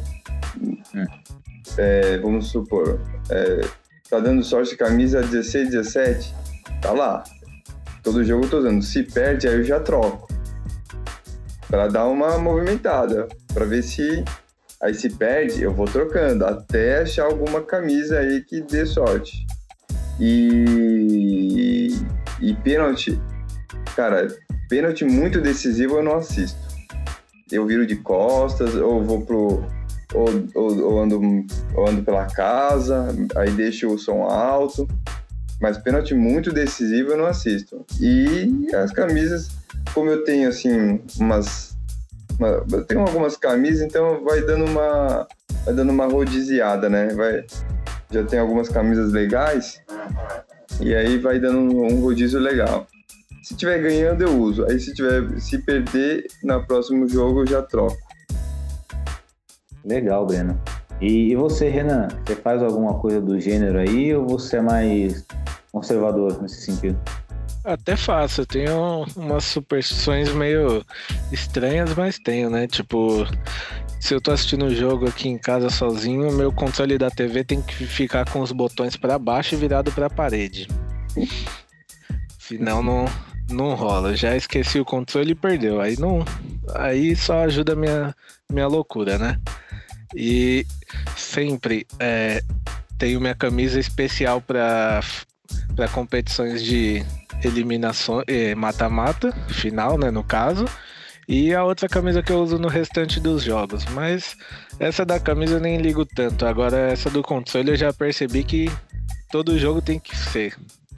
Vamos supor, tá dando sorte camisa 16, 17, tá lá. Todo jogo eu tô usando. Se perde, aí eu já troco. Pra dar uma movimentada. Pra ver se... Aí se perde, eu vou trocando. Até achar alguma camisa aí que dê sorte. E pênalti. Cara, pênalti muito decisivo eu não assisto. Eu viro de costas, ou vou pro... Ou ando pela casa, aí deixo o som alto. Mas pênalti muito decisivo eu não assisto. E as camisas, como eu tenho assim eu tenho algumas camisas, então vai dando uma rodiziada, né? Já tem algumas camisas legais e aí vai dando um rodízio legal. Se tiver ganhando eu uso, aí se perder no próximo jogo eu já troco. Legal, Breno. E você, Renan, você faz alguma coisa do gênero aí ou você é mais conservador nesse sentido? Até faço, eu tenho umas superstições meio estranhas, mas tenho, né? Tipo, se eu tô assistindo o jogo aqui em casa sozinho, meu controle da TV tem que ficar com os botões pra baixo e virado pra parede. Senão não rola. Já esqueci o controle e perdeu. Aí só ajuda a minha loucura, né? E sempre tenho minha camisa especial pra competições de eliminação, mata-mata, final, né, no caso, e a outra camisa que eu uso no restante dos jogos, mas essa da camisa eu nem ligo tanto. Agora essa do console eu já percebi que todo jogo tem que ser.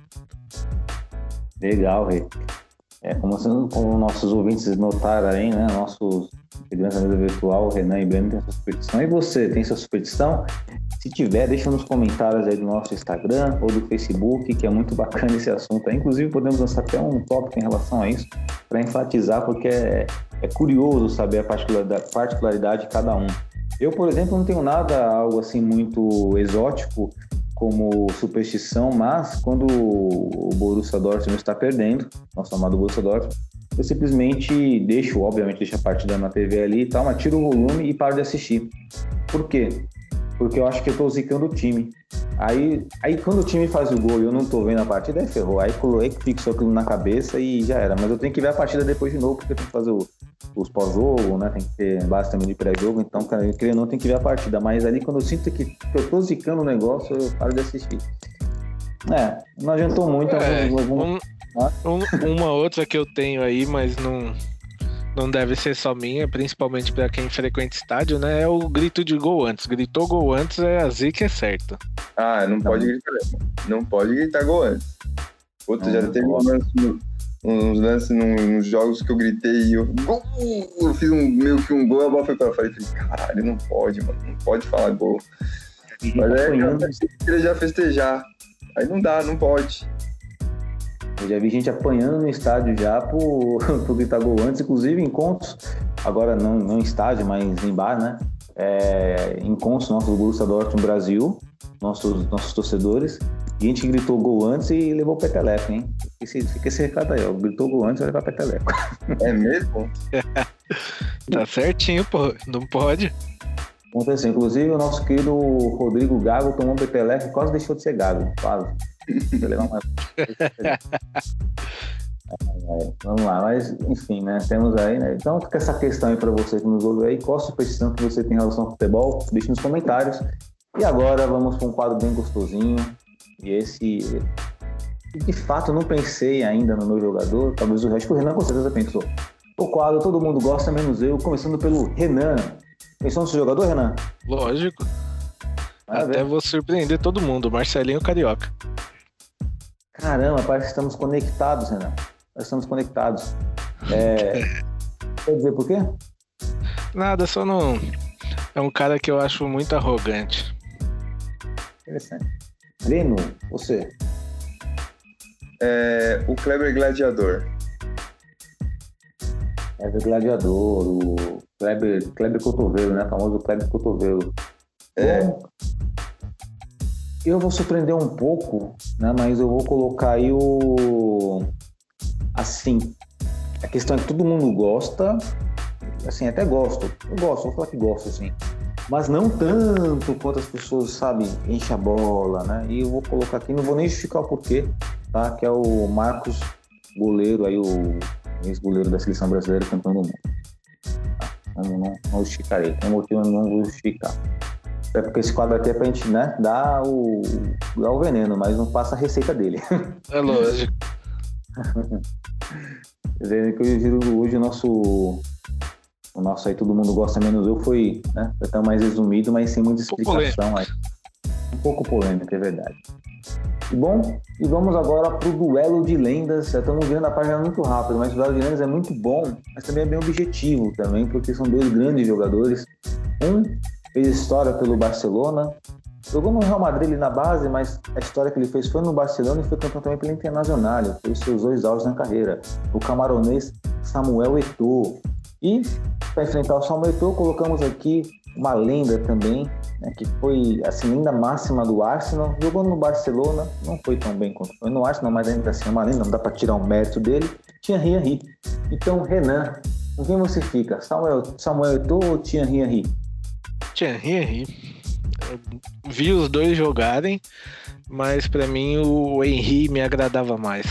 Legal, Rê. Como nossos ouvintes notaram aí, né, nossos integrantes da mesa virtual, o Renan e o Breno tem essa superstição. E você, tem sua superstição? Se tiver, deixa nos comentários aí do nosso Instagram ou do Facebook, que é muito bacana esse assunto. Inclusive, podemos lançar até um tópico em relação a isso, para enfatizar, porque é curioso saber a particularidade de cada um. Eu, por exemplo, não tenho algo assim muito exótico como superstição, mas quando o Borussia Dortmund está perdendo, nosso amado Borussia Dortmund, eu simplesmente deixo a partida na TV ali e tal, mas tiro o volume e paro de assistir. Por quê? Porque eu acho que eu tô zicando o time. Aí quando o time faz o gol e eu não tô vendo a partida, aí ferrou. Aí fixo aquilo na cabeça e já era. Mas eu tenho que ver a partida depois de novo, porque eu tenho que fazer os pós-jogo, né? Tem que ter base também de pré-jogo. Então, cara, eu não tenho que ver a partida. Mas ali, quando eu sinto que eu tô zicando o negócio, eu paro de assistir. Não adiantou muito. Uma outra que eu tenho aí, mas não deve ser só minha, principalmente para quem frequenta estádio, né? É o grito de gol antes. Gritou gol antes, a zica é certa. Não pode gritar. Não pode gritar gol antes. Puta, já teve uns lances nos jogos que eu gritei e eu fiz meio que um gol, a bola foi pra fora. Eu falei, caralho, não pode, mano. Não pode falar gol. Mas eu queria já festejar. Aí não dá, não pode. Eu já vi gente apanhando no estádio já por gritar gol antes, inclusive encontros, agora não em estádio, mas em bar, né? Encontros nossos do Borussia Dortmund Brasil, nossos torcedores, e a gente gritou gol antes e levou o peteleco, hein? Fica esse recado aí, ó. Gritou gol antes e vai levar peteleco. É mesmo? Tá certinho, pô. Não pode. Aconteceu. Inclusive, o nosso querido Rodrigo Gago tomou um peteleco e quase deixou de ser gago, quase. Vamos lá, mas enfim, né? Temos aí, né? Então fica essa questão aí pra você que nos ouve aí. Qual a superstição que você tem em relação ao futebol? Deixe nos comentários. E agora vamos para um quadro bem gostosinho. E esse, de fato, eu não pensei ainda no meu jogador. Talvez o resto, o Renan com certeza pensou. O quadro todo mundo gosta, menos eu. Começando pelo Renan. Pensou no seu jogador, Renan? Lógico. Até vou surpreender todo mundo. Marcelinho Carioca. Caramba, parece que estamos conectados, Renan. Nós estamos conectados. Quer dizer por quê? Nada, só não... É um cara que eu acho muito arrogante. Interessante. Breno, você? O Kleber Gladiador. Kleber Gladiador, o Kleber Cotovelo, né? O famoso Kleber Cotovelo. Bom, eu vou surpreender um pouco, né? Mas eu vou colocar aí assim, a questão é que todo mundo gosta, assim, até gosto. Eu gosto, vou falar que gosto, assim. Mas não tanto quanto as pessoas, sabe, enchem a bola, né? E eu vou colocar aqui, não vou nem justificar o porquê, tá? Que é o Marcos, goleiro aí, o ex-goleiro da Seleção Brasileira, campeão do mundo. Tá? Não justificarei, tem motivo, eu não vou justificar. É porque esse quadro aqui é pra gente, né, dar o veneno, mas não passa a receita dele. É lógico. Quer dizer, que hoje o nosso aí todo mundo gosta, menos eu, foi, né, até mais resumido, mas sem muita explicação. Aí. Um pouco polêmico, é verdade. E bom, e vamos agora pro duelo de lendas. Já estamos vendo a página muito rápido, mas o duelo de lendas é muito bom, mas também é bem objetivo também, porque são dois grandes jogadores. Um fez história pelo Barcelona, jogou no Real Madrid ali na base, mas a história que ele fez foi no Barcelona e foi campeão também pelo Internacional. Foi os seus 2 auges na carreira. O camaronês Samuel Eto'o. E para enfrentar o Samuel Eto'o, colocamos aqui uma lenda também, né, que foi assim, lenda máxima do Arsenal, jogou no Barcelona, não foi tão bem quanto foi no Arsenal, mas ainda assim é uma lenda, não dá para tirar o mérito dele, Thierry Henry. Então, Renan, com quem você fica? Samuel Eto'o ou Thierry Henry? Thierry Henry. Eu vi os dois jogarem, mas pra mim o Henry me agradava mais.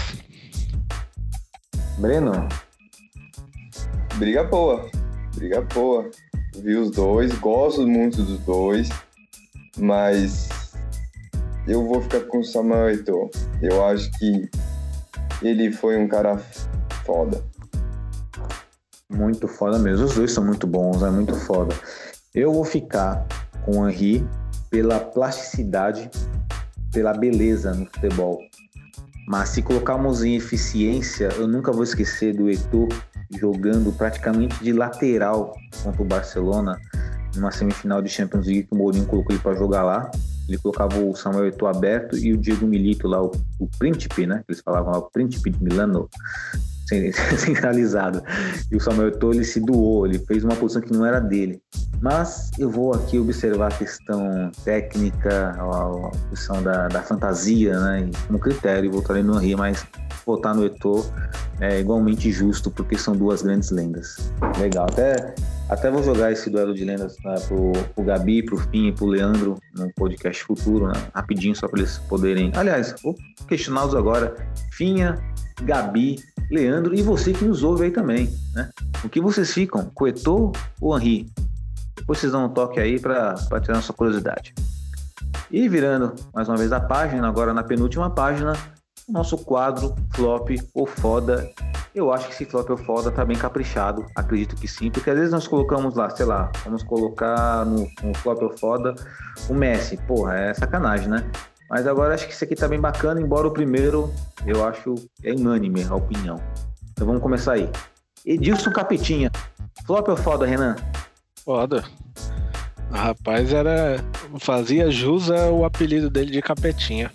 Breno? Briga boa. Vi os dois, gosto muito dos dois, mas eu vou ficar com o Samuel Eto'o. Eu acho que ele foi um cara foda. Muito foda mesmo. Os dois são muito bons, é muito foda. Eu vou ficar com o Henry pela plasticidade, pela beleza no futebol. Mas se colocarmos em eficiência, eu nunca vou esquecer do Eto'o jogando praticamente de lateral contra o Barcelona numa semifinal de Champions League, que o Mourinho colocou ele para jogar lá. Ele colocava o Samuel Eto'o aberto e o Diego Milito lá, o príncipe, né? Eles falavam lá, o príncipe de Milano, centralizado. E o Samuel Eto'o, ele se doou, ele fez uma posição que não era dele. Mas eu vou aqui observar a questão técnica, a questão da fantasia, né? Como critério, voltarei no Henry, mas votar no Eto'o é igualmente justo, porque são duas grandes lendas. Legal, até vou jogar esse duelo de lendas, né, pro Gabi, pro Finha e pro Leandro no podcast futuro, né? Rapidinho, só para eles poderem... Aliás, vou questioná-los agora. Finha, Gabi, Leandro e você que nos ouve aí também, né? O que vocês ficam? Com o Eto'o ou Henry? Depois vocês dão um toque aí para tirar a sua curiosidade. E virando mais uma vez a página, agora na penúltima página, o nosso quadro Flop ou Foda. Eu acho que esse Flop ou Foda tá bem caprichado, acredito que sim, porque às vezes nós colocamos lá, sei lá, vamos colocar no Flop ou Foda o Messi. Porra, é sacanagem, né? Mas agora acho que esse aqui tá bem bacana, embora o primeiro eu acho é unânime a opinião. Então vamos começar aí. Edilson Capetinha. Flop ou Foda, Renan? Foda. O rapaz fazia jus ao apelido dele de Capetinha.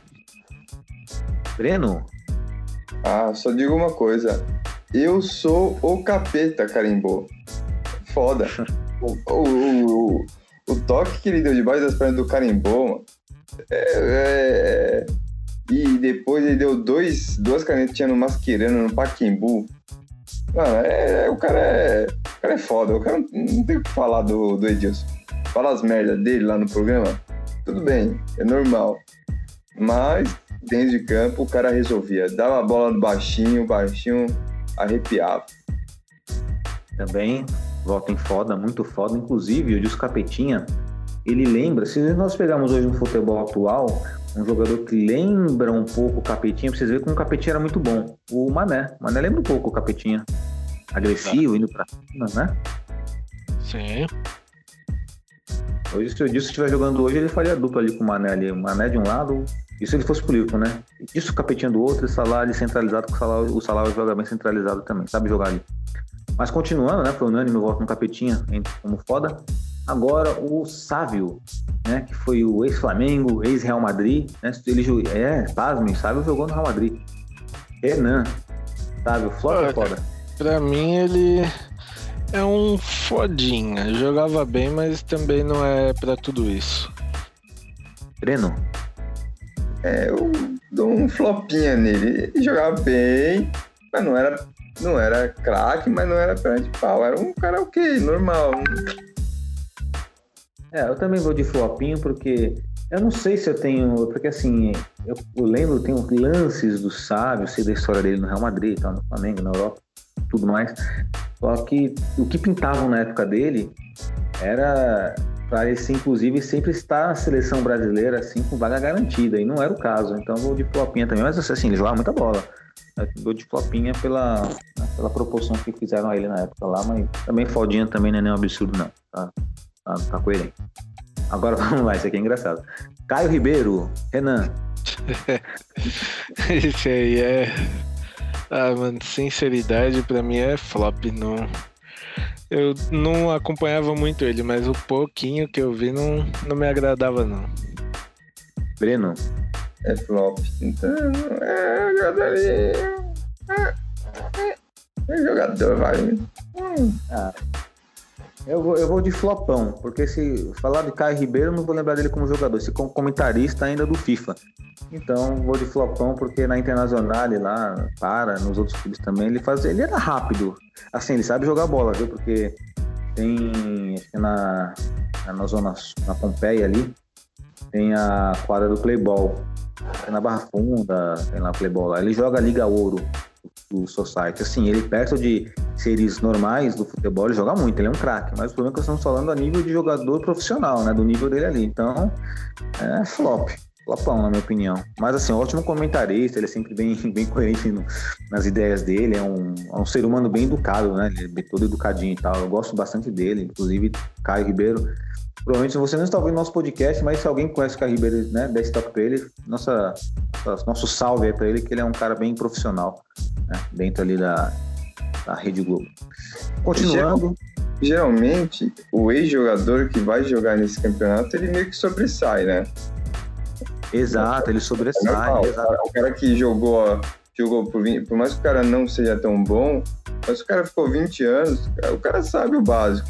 Breno? Só digo uma coisa. Eu sou o capeta, carimbou. Foda. O toque que ele deu debaixo das pernas do carimbou, mano. E depois ele deu duas canetinhas no Mascherano, no Pacaembu. Mano, o cara é foda. O cara não tem o que falar do Edilson. Fala as merdas dele lá no programa, tudo bem, é normal. Mas dentro de campo o cara resolvia. Dava a bola no baixinho arrepiava. Também voto em foda, muito foda. Inclusive, o Edilson Capetinha, ele lembra, se nós pegarmos hoje no futebol atual, um jogador que lembra um pouco o Capetinha, pra vocês verem como o Capetinha era muito bom. O Mané. O Mané lembra um pouco o Capetinha. Agressivo, indo pra cima, né? Sim. Hoje, se o Edilson estiver jogando hoje, ele faria dupla ali com o Mané ali. O Mané de um lado, e se ele fosse pro Liverpool, né? Isso, o Capetinha do outro, e Salah ali centralizado, porque o Salah joga bem centralizado também, sabe jogar ali. Mas continuando, né? Foi unânime o voto no Capetinha como foda. Agora o Sávio, né? Que foi o ex-Flamengo, ex-Real Madrid, né? Pasmem, Sávio jogou no Real Madrid. Renan, Sávio, flop ou foda? Pra mim ele é um fodinha. Jogava bem, mas também não é pra tudo isso. Breno? Eu dou um flopinha nele. Ele jogava bem, mas não era craque, mas não era perna de pau. Era um cara ok, normal. Eu também vou de flopinho, porque eu não sei se eu tenho... Porque assim, eu lembro, tem lances do Sávio, sei da história dele no Real Madrid, no Flamengo, na Europa, tudo mais. Só que o que pintavam na época dele era para ele, inclusive, sempre estar na seleção brasileira, assim, com vaga garantida, e não era o caso. Então eu vou de flopinha também, mas assim, ele jogava muita bola. Eu vou de flopinha pela proporção que fizeram a ele na época lá, mas também fodinha também não é nenhum absurdo, não. Tá coerente. Agora vamos lá, isso aqui é engraçado. Caio Ribeiro, Renan. Esse aí é... mano, sinceridade pra mim é flop. Não... Eu não acompanhava muito ele, mas o pouquinho que eu vi não me agradava, não. Breno? É flop. Então, jogador ali... jogador, vai. Eu vou de flopão, porque se falar de Caio Ribeiro, eu não vou lembrar dele como jogador, esse comentarista ainda do FIFA. Então, vou de flopão, porque na Internacional lá, nos outros clubes também, ele era rápido. Assim, ele sabe jogar bola, viu? Porque tem, acho que na zona, na Pompeia ali, tem a quadra do Playball. Tem na Barra Funda, tem lá o Playball lá. Ele joga a Liga Ouro do Society. Assim, ele perto de seres normais do futebol, ele joga muito, ele é um craque. Mas o problema é que nós estamos falando a nível de jogador profissional, né? Do nível dele ali. Então, é flopão, na minha opinião. Mas, assim, ótimo comentarista, ele é sempre bem coerente nas ideias dele. É um ser humano bem educado, né? Ele é todo educadinho e tal. Eu gosto bastante dele. Inclusive, Caio Ribeiro. Provavelmente você não está ouvindo nosso podcast, mas se alguém conhece o Caio Ribeiro, né, dá esse toque para ele, nosso salve aí para ele, que ele é um cara bem profissional, né, dentro ali da Rede Globo. Continuando. Geralmente, o ex-jogador que vai jogar nesse campeonato, ele meio que sobressai, né? Exato, ele sobressai. Exato. O cara que jogou por mais que o cara não seja tão bom, mas o cara ficou 20 anos, o cara sabe o básico.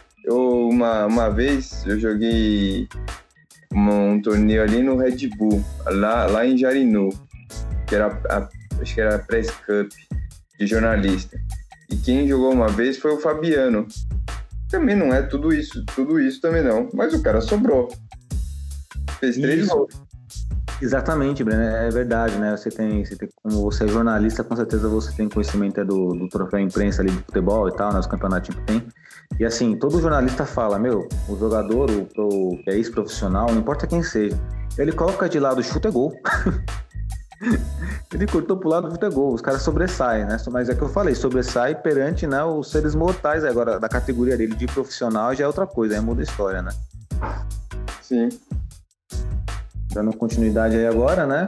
Uma vez eu joguei um torneio ali no Red Bull, lá em Jarinu, que acho que era a Press Cup de jornalista. E quem jogou uma vez foi o Fabiano. Também não é tudo isso também não, mas o cara sobrou. Fez 3 gols. Exatamente, Breno, é verdade, né? Você tem, como você é jornalista, com certeza você tem conhecimento do troféu imprensa ali de futebol e tal, né? Os campeonatos que tem. E assim, todo jornalista fala, o jogador, o que é ex-profissional, não importa quem seja, ele coloca de lado o chute é gol. Ele cortou pro lado do chute é gol, os caras sobressaem, né? Mas é que eu falei, sobressai perante, né, os seres mortais agora, da categoria dele de profissional já é outra coisa, aí muda a história, né? Sim. Dando continuidade aí agora, né?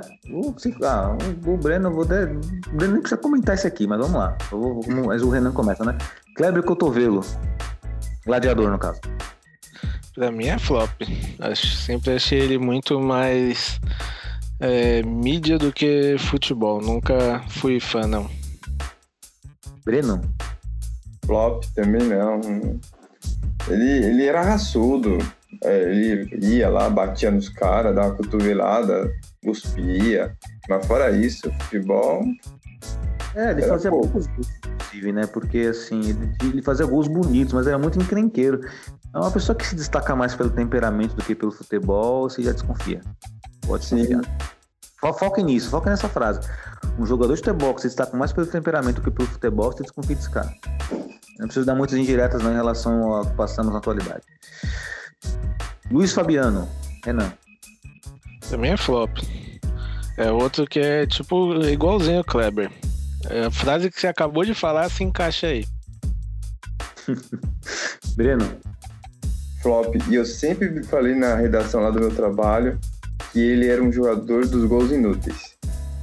O Breno, o Breno nem precisa comentar isso aqui, mas vamos lá. Mas o Renan começa, né? Kleber Cotovelo. Gladiador, no caso. Pra mim é flop. Sempre achei ele muito mais mídia do que futebol. Nunca fui fã, não. Breno? Flop também não. Ele era raçudo. Ele ia lá, batia nos caras, dava uma cotovelada, cuspia. Mas fora isso, futebol... Ele fazia poucos gols, inclusive, né? Porque, assim, ele fazia gols bonitos, mas era muito encrenqueiro. É uma pessoa que se destaca mais pelo temperamento do que pelo futebol, você já desconfia. Pode desconfiar. Foque nisso, foque nessa frase. Um jogador de futebol que se destaca mais pelo temperamento do que pelo futebol, você desconfia desse cara. Não preciso dar muitas indiretas não, em relação ao que passamos na atualidade. Luiz Fabiano, Renan. Também é flop. É outro que é tipo igualzinho ao Kleber. A frase que você acabou de falar se encaixa aí. Breno. Flop. E eu sempre falei na redação lá do meu trabalho que ele era um jogador dos gols inúteis.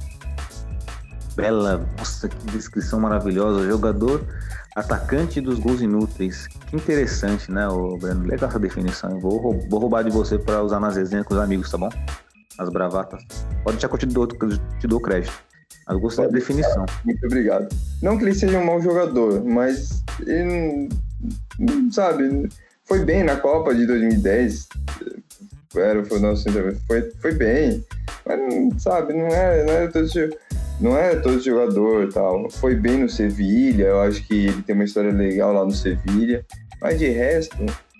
Bela, nossa, que descrição maravilhosa. Jogador atacante dos gols inúteis. Que interessante, né, Breno? Legal essa definição. Vou roubar de você para usar nas resenhas com os amigos, tá bom? As bravatas. Pode deixar que eu te dou crédito. Mas eu gostei da definição. Muito obrigado. Não que ele seja um mau jogador, mas ele não sabe, foi bem na Copa de 2010. Foi nosso foi bem, mas sabe, não é todo jogador e tal. Foi bem no Sevilha, eu acho que ele tem uma história legal lá no Sevilha, mas de resto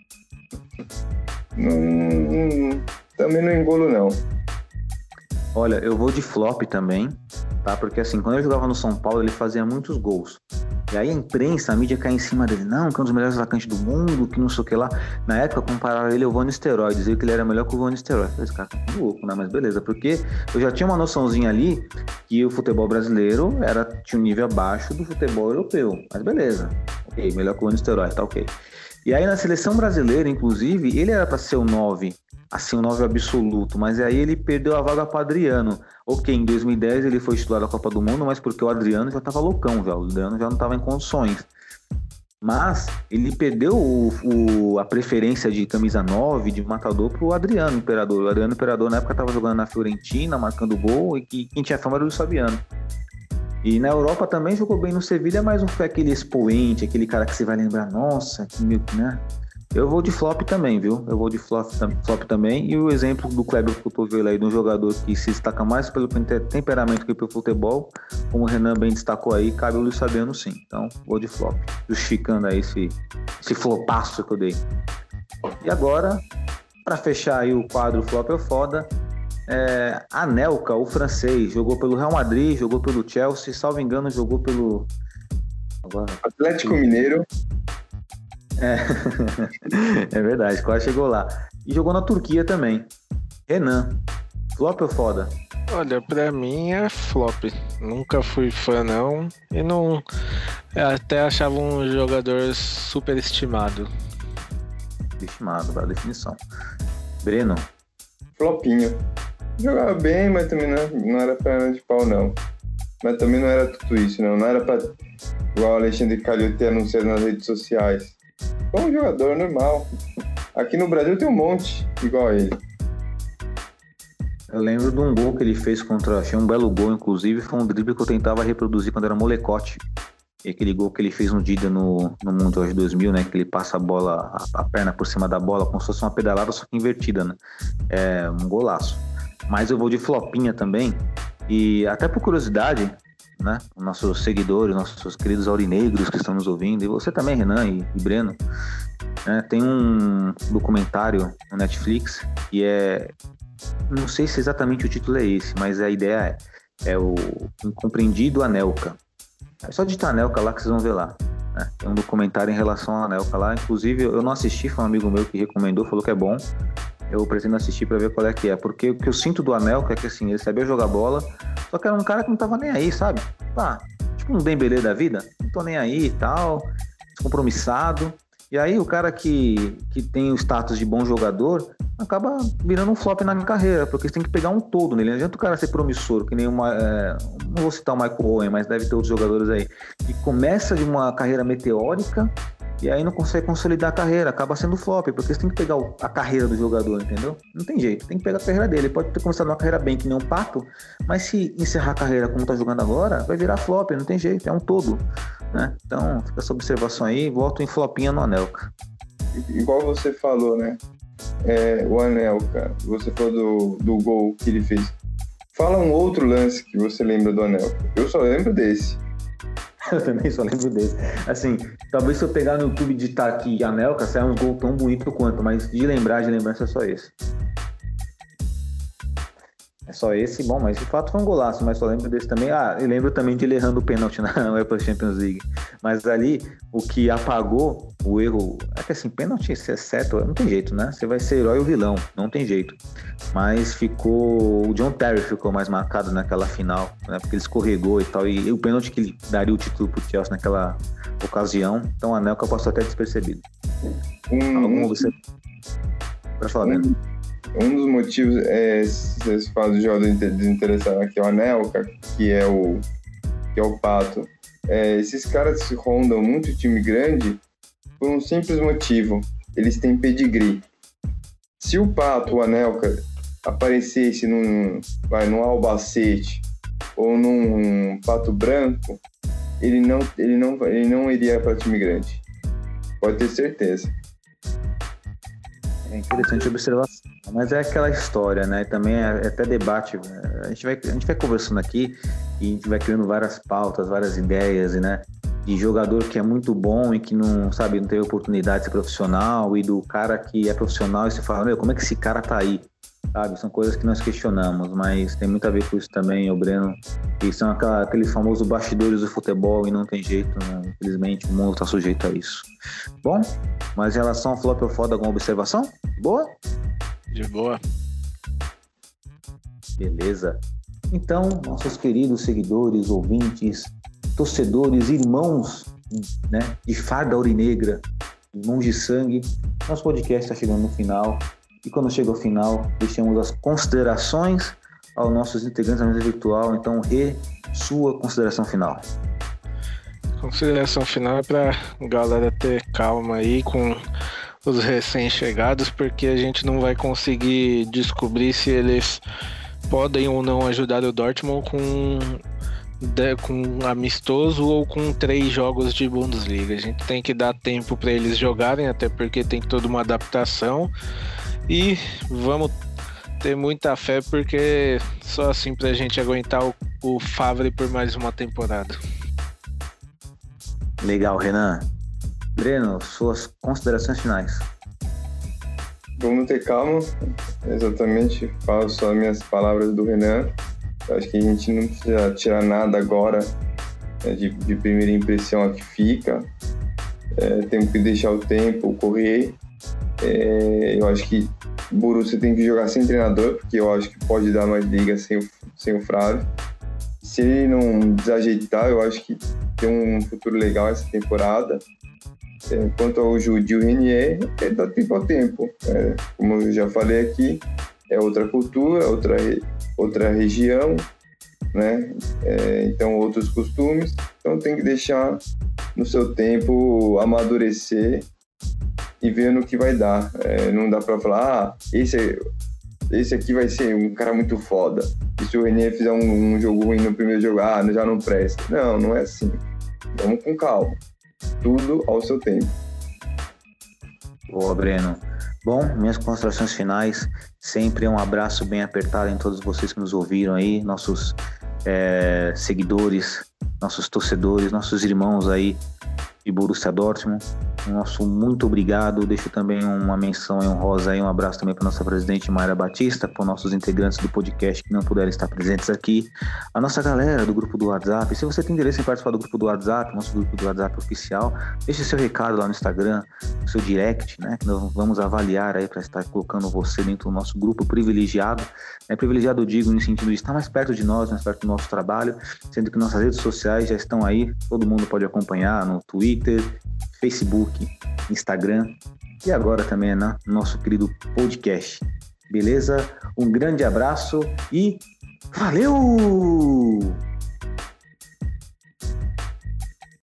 também não engolo não. Olha, eu vou de flop também, tá? Porque assim, quando ele jogava no São Paulo, ele fazia muitos gols. E aí a imprensa, a mídia cai em cima dele. Não, que é um dos melhores atacantes do mundo, que não sei o que lá. Na época, comparava ele ao Van Nistelrooy, dizia que ele era melhor que o Van Nistelrooy. Esse cara tá louco, né? Mas beleza, porque eu já tinha uma noçãozinha ali que o futebol brasileiro tinha um nível abaixo do futebol europeu. Mas beleza, ok, melhor que o Van Nistelrooy, tá ok. E aí na seleção brasileira, inclusive, ele era pra ser o 9, assim, o 9 absoluto, mas aí ele perdeu a vaga para o Adriano. Ok, em 2010 ele foi titular da Copa do Mundo, mas porque o Adriano já estava loucão, já. O Adriano já não estava em condições. Mas ele perdeu a preferência de camisa 9, de matador, para o Adriano Imperador. O Adriano Imperador na época estava jogando na Fiorentina, marcando gol, e quem tinha fama era o Luiz Fabiano. E na Europa também jogou bem no Sevilha, mas não foi aquele expoente, aquele cara que você vai lembrar, nossa, que meio, né? Eu vou de flop também, viu? Eu vou de flop também. E o exemplo do Kleber Cotovelo aí, de um jogador que se destaca mais pelo temperamento que pelo futebol, como o Renan bem destacou aí, cabe o Luiz Fabiano sim. Então, vou de flop. Justificando aí esse flopaço que eu dei. E agora, para fechar aí o quadro Flop é Foda, Anelka, o francês, jogou pelo Real Madrid, jogou pelo Chelsea, salvo engano, jogou pelo... Atlético Mineiro. É verdade, quase chegou lá. E jogou na Turquia também. Renan, flop ou foda? Olha, pra mim é flop. Nunca fui fã, não. E não... até achava um jogador superestimado. Estimado, para definição. Breno? Flopinho. Jogava bem, mas também não era perna de pau, não. Mas também não era tudo isso, não. Não era pra... igual o Alexandre Calil ter anunciado nas redes sociais. Foi um jogador normal. Aqui no Brasil tem um monte igual a ele. Eu lembro de um gol que ele fez contra... Achei um belo gol, inclusive. Foi um drible que eu tentava reproduzir quando era molecote. E aquele gol que ele fez no Dida no Mundial de 2000, né? Que ele passa a bola, a perna por cima da bola, como se fosse uma pedalada, só que invertida, né? É um golaço. Mas eu vou de flopinha também. E até por curiosidade... né? Nossos seguidores, nossos queridos aurinegros que estão nos ouvindo, e você também, Renan e Breno, né? Tem um documentário no Netflix que não sei se exatamente o título é esse, mas a ideia é o Incompreendido Anelka. É só digitar Anelka lá que vocês vão ver lá, né? Tem um documentário em relação à Anelka lá, inclusive eu não assisti, foi um amigo meu que recomendou, falou que é bom. Eu pretendo assistir pra ver qual é que é. Porque o que eu sinto do Anelka é que, assim, ele sabia jogar bola, só que era um cara que não tava nem aí, sabe? Tipo um Dembélé da vida. Não tô nem aí e tal, descompromissado. E aí o cara que tem o status de bom jogador acaba virando um flop na minha carreira, porque você tem que pegar um todo nele. Não adianta o cara ser promissor, que nem não vou citar o Michael Owen, mas deve ter outros jogadores aí, que começa de uma carreira meteórica e aí não consegue consolidar a carreira, acaba sendo flop, porque você tem que pegar a carreira do jogador, entendeu? Não tem jeito, tem que pegar a carreira dele. Ele pode ter começado uma carreira bem que nem um pato, mas se encerrar a carreira como tá jogando agora, vai virar flop, não tem jeito, é um todo, né? Então, fica essa observação aí, volto em flopinha no Anelka. Igual você falou, né? O Anelka, você falou do gol que ele fez. Fala um outro lance que você lembra do Anelka. Eu só lembro desse. Eu também só lembro desse. Assim, talvez se eu pegar no YouTube e digitar aqui Anelka, saia um gol tão bonito quanto, mas de lembrança é só esse. É só esse, bom, mas de fato foi um golaço, mas só lembro desse também. Eu lembro também de ele errando o pênalti na UEFA Champions League. Mas ali, o que apagou o erro... É que assim, pênalti, se é certo, não tem jeito, né? Você vai ser herói ou vilão, não tem jeito. Mas ficou... O John Terry ficou mais marcado naquela final, né? Porque ele escorregou e tal, e o pênalti que ele daria o título pro Chelsea naquela ocasião. Então, a Anelka passou até despercebido. Pode falar, Breno. Um dos motivos vocês falam do jogador desinteressado aqui, o Anelka, que é o Pato. Esses caras se rondam muito time grande por um simples motivo: eles têm pedigree. Se o Pato, o Anelka, aparecesse num Albacete ou num Pato Branco, ele não iria para time grande. Pode ter certeza. É interessante observação, mas é aquela história, né? Também é até debate. A gente vai conversando aqui e a gente vai criando várias pautas, várias ideias, né? De jogador que é muito bom e que não teve oportunidade de ser profissional, e do cara que é profissional e você fala, meu, como é que esse cara tá aí? Sabe? São coisas que nós questionamos, mas tem muito a ver com isso também, o Breno. E são aqueles famosos bastidores do futebol e não tem jeito, né? Infelizmente o mundo está sujeito a isso. Bom, mas em relação ao flop ou foda, alguma observação? Boa? De boa. Beleza. Então, nossos queridos seguidores, ouvintes, torcedores, irmãos, né, de farda aurinegra, irmãos de sangue, nosso podcast está chegando no final. E quando chega ao final, deixamos as considerações aos nossos integrantes da mesa virtual. Então, sua consideração final. Consideração final é pra galera ter calma aí com os recém-chegados, porque a gente não vai conseguir descobrir se eles podem ou não ajudar o Dortmund com com um amistoso ou com 3 jogos de Bundesliga. A gente tem que dar tempo para eles jogarem, até porque tem toda uma adaptação. E vamos ter muita fé, porque só assim pra gente aguentar o Favre por mais uma temporada. Legal, Renan. Breno, suas considerações finais. Vamos ter calma, exatamente, faço as minhas palavras do Renan. Eu acho que a gente não precisa tirar nada agora, né, de primeira impressão a que fica. Temos que deixar o tempo correr. Eu acho que o Borussia tem que jogar sem treinador, porque eu acho que pode dar mais liga sem o Favre. Se ele não desajeitar, eu acho que tem um futuro legal essa temporada. Quanto ao Jude e o Renier, dá tempo ao tempo. Como eu já falei aqui, é outra cultura, outra região, né? Então outros costumes. Então tem que deixar no seu tempo amadurecer e ver no que vai dar. Não dá para falar, esse aqui vai ser um cara muito foda. E se o Renier fizer um jogo ruim no primeiro jogo, já não presta. Não é assim. Vamos com calma. Tudo ao seu tempo. Boa, Breno. Bom, minhas considerações finais, sempre um abraço bem apertado em todos vocês que nos ouviram aí, nossos seguidores, nossos torcedores, nossos irmãos aí de Borussia Dortmund. Nosso muito obrigado. Deixo também uma menção honrosa aí, um abraço também para nossa presidente Mayra Batista, para nossos integrantes do podcast que não puderam estar presentes aqui, a nossa galera do grupo do WhatsApp. Se você tem interesse em participar do grupo do WhatsApp, nosso grupo do WhatsApp oficial, deixe seu recado lá no Instagram, no seu direct, né, que nós vamos avaliar aí para estar colocando você dentro do nosso grupo privilegiado. Privilegiado eu digo no sentido de estar mais perto de nós, mais perto do nosso trabalho, sendo que nossas redes sociais já estão aí, todo mundo pode acompanhar no Twitter, Facebook, Instagram e agora também no nosso querido podcast. Beleza? Um grande abraço e valeu!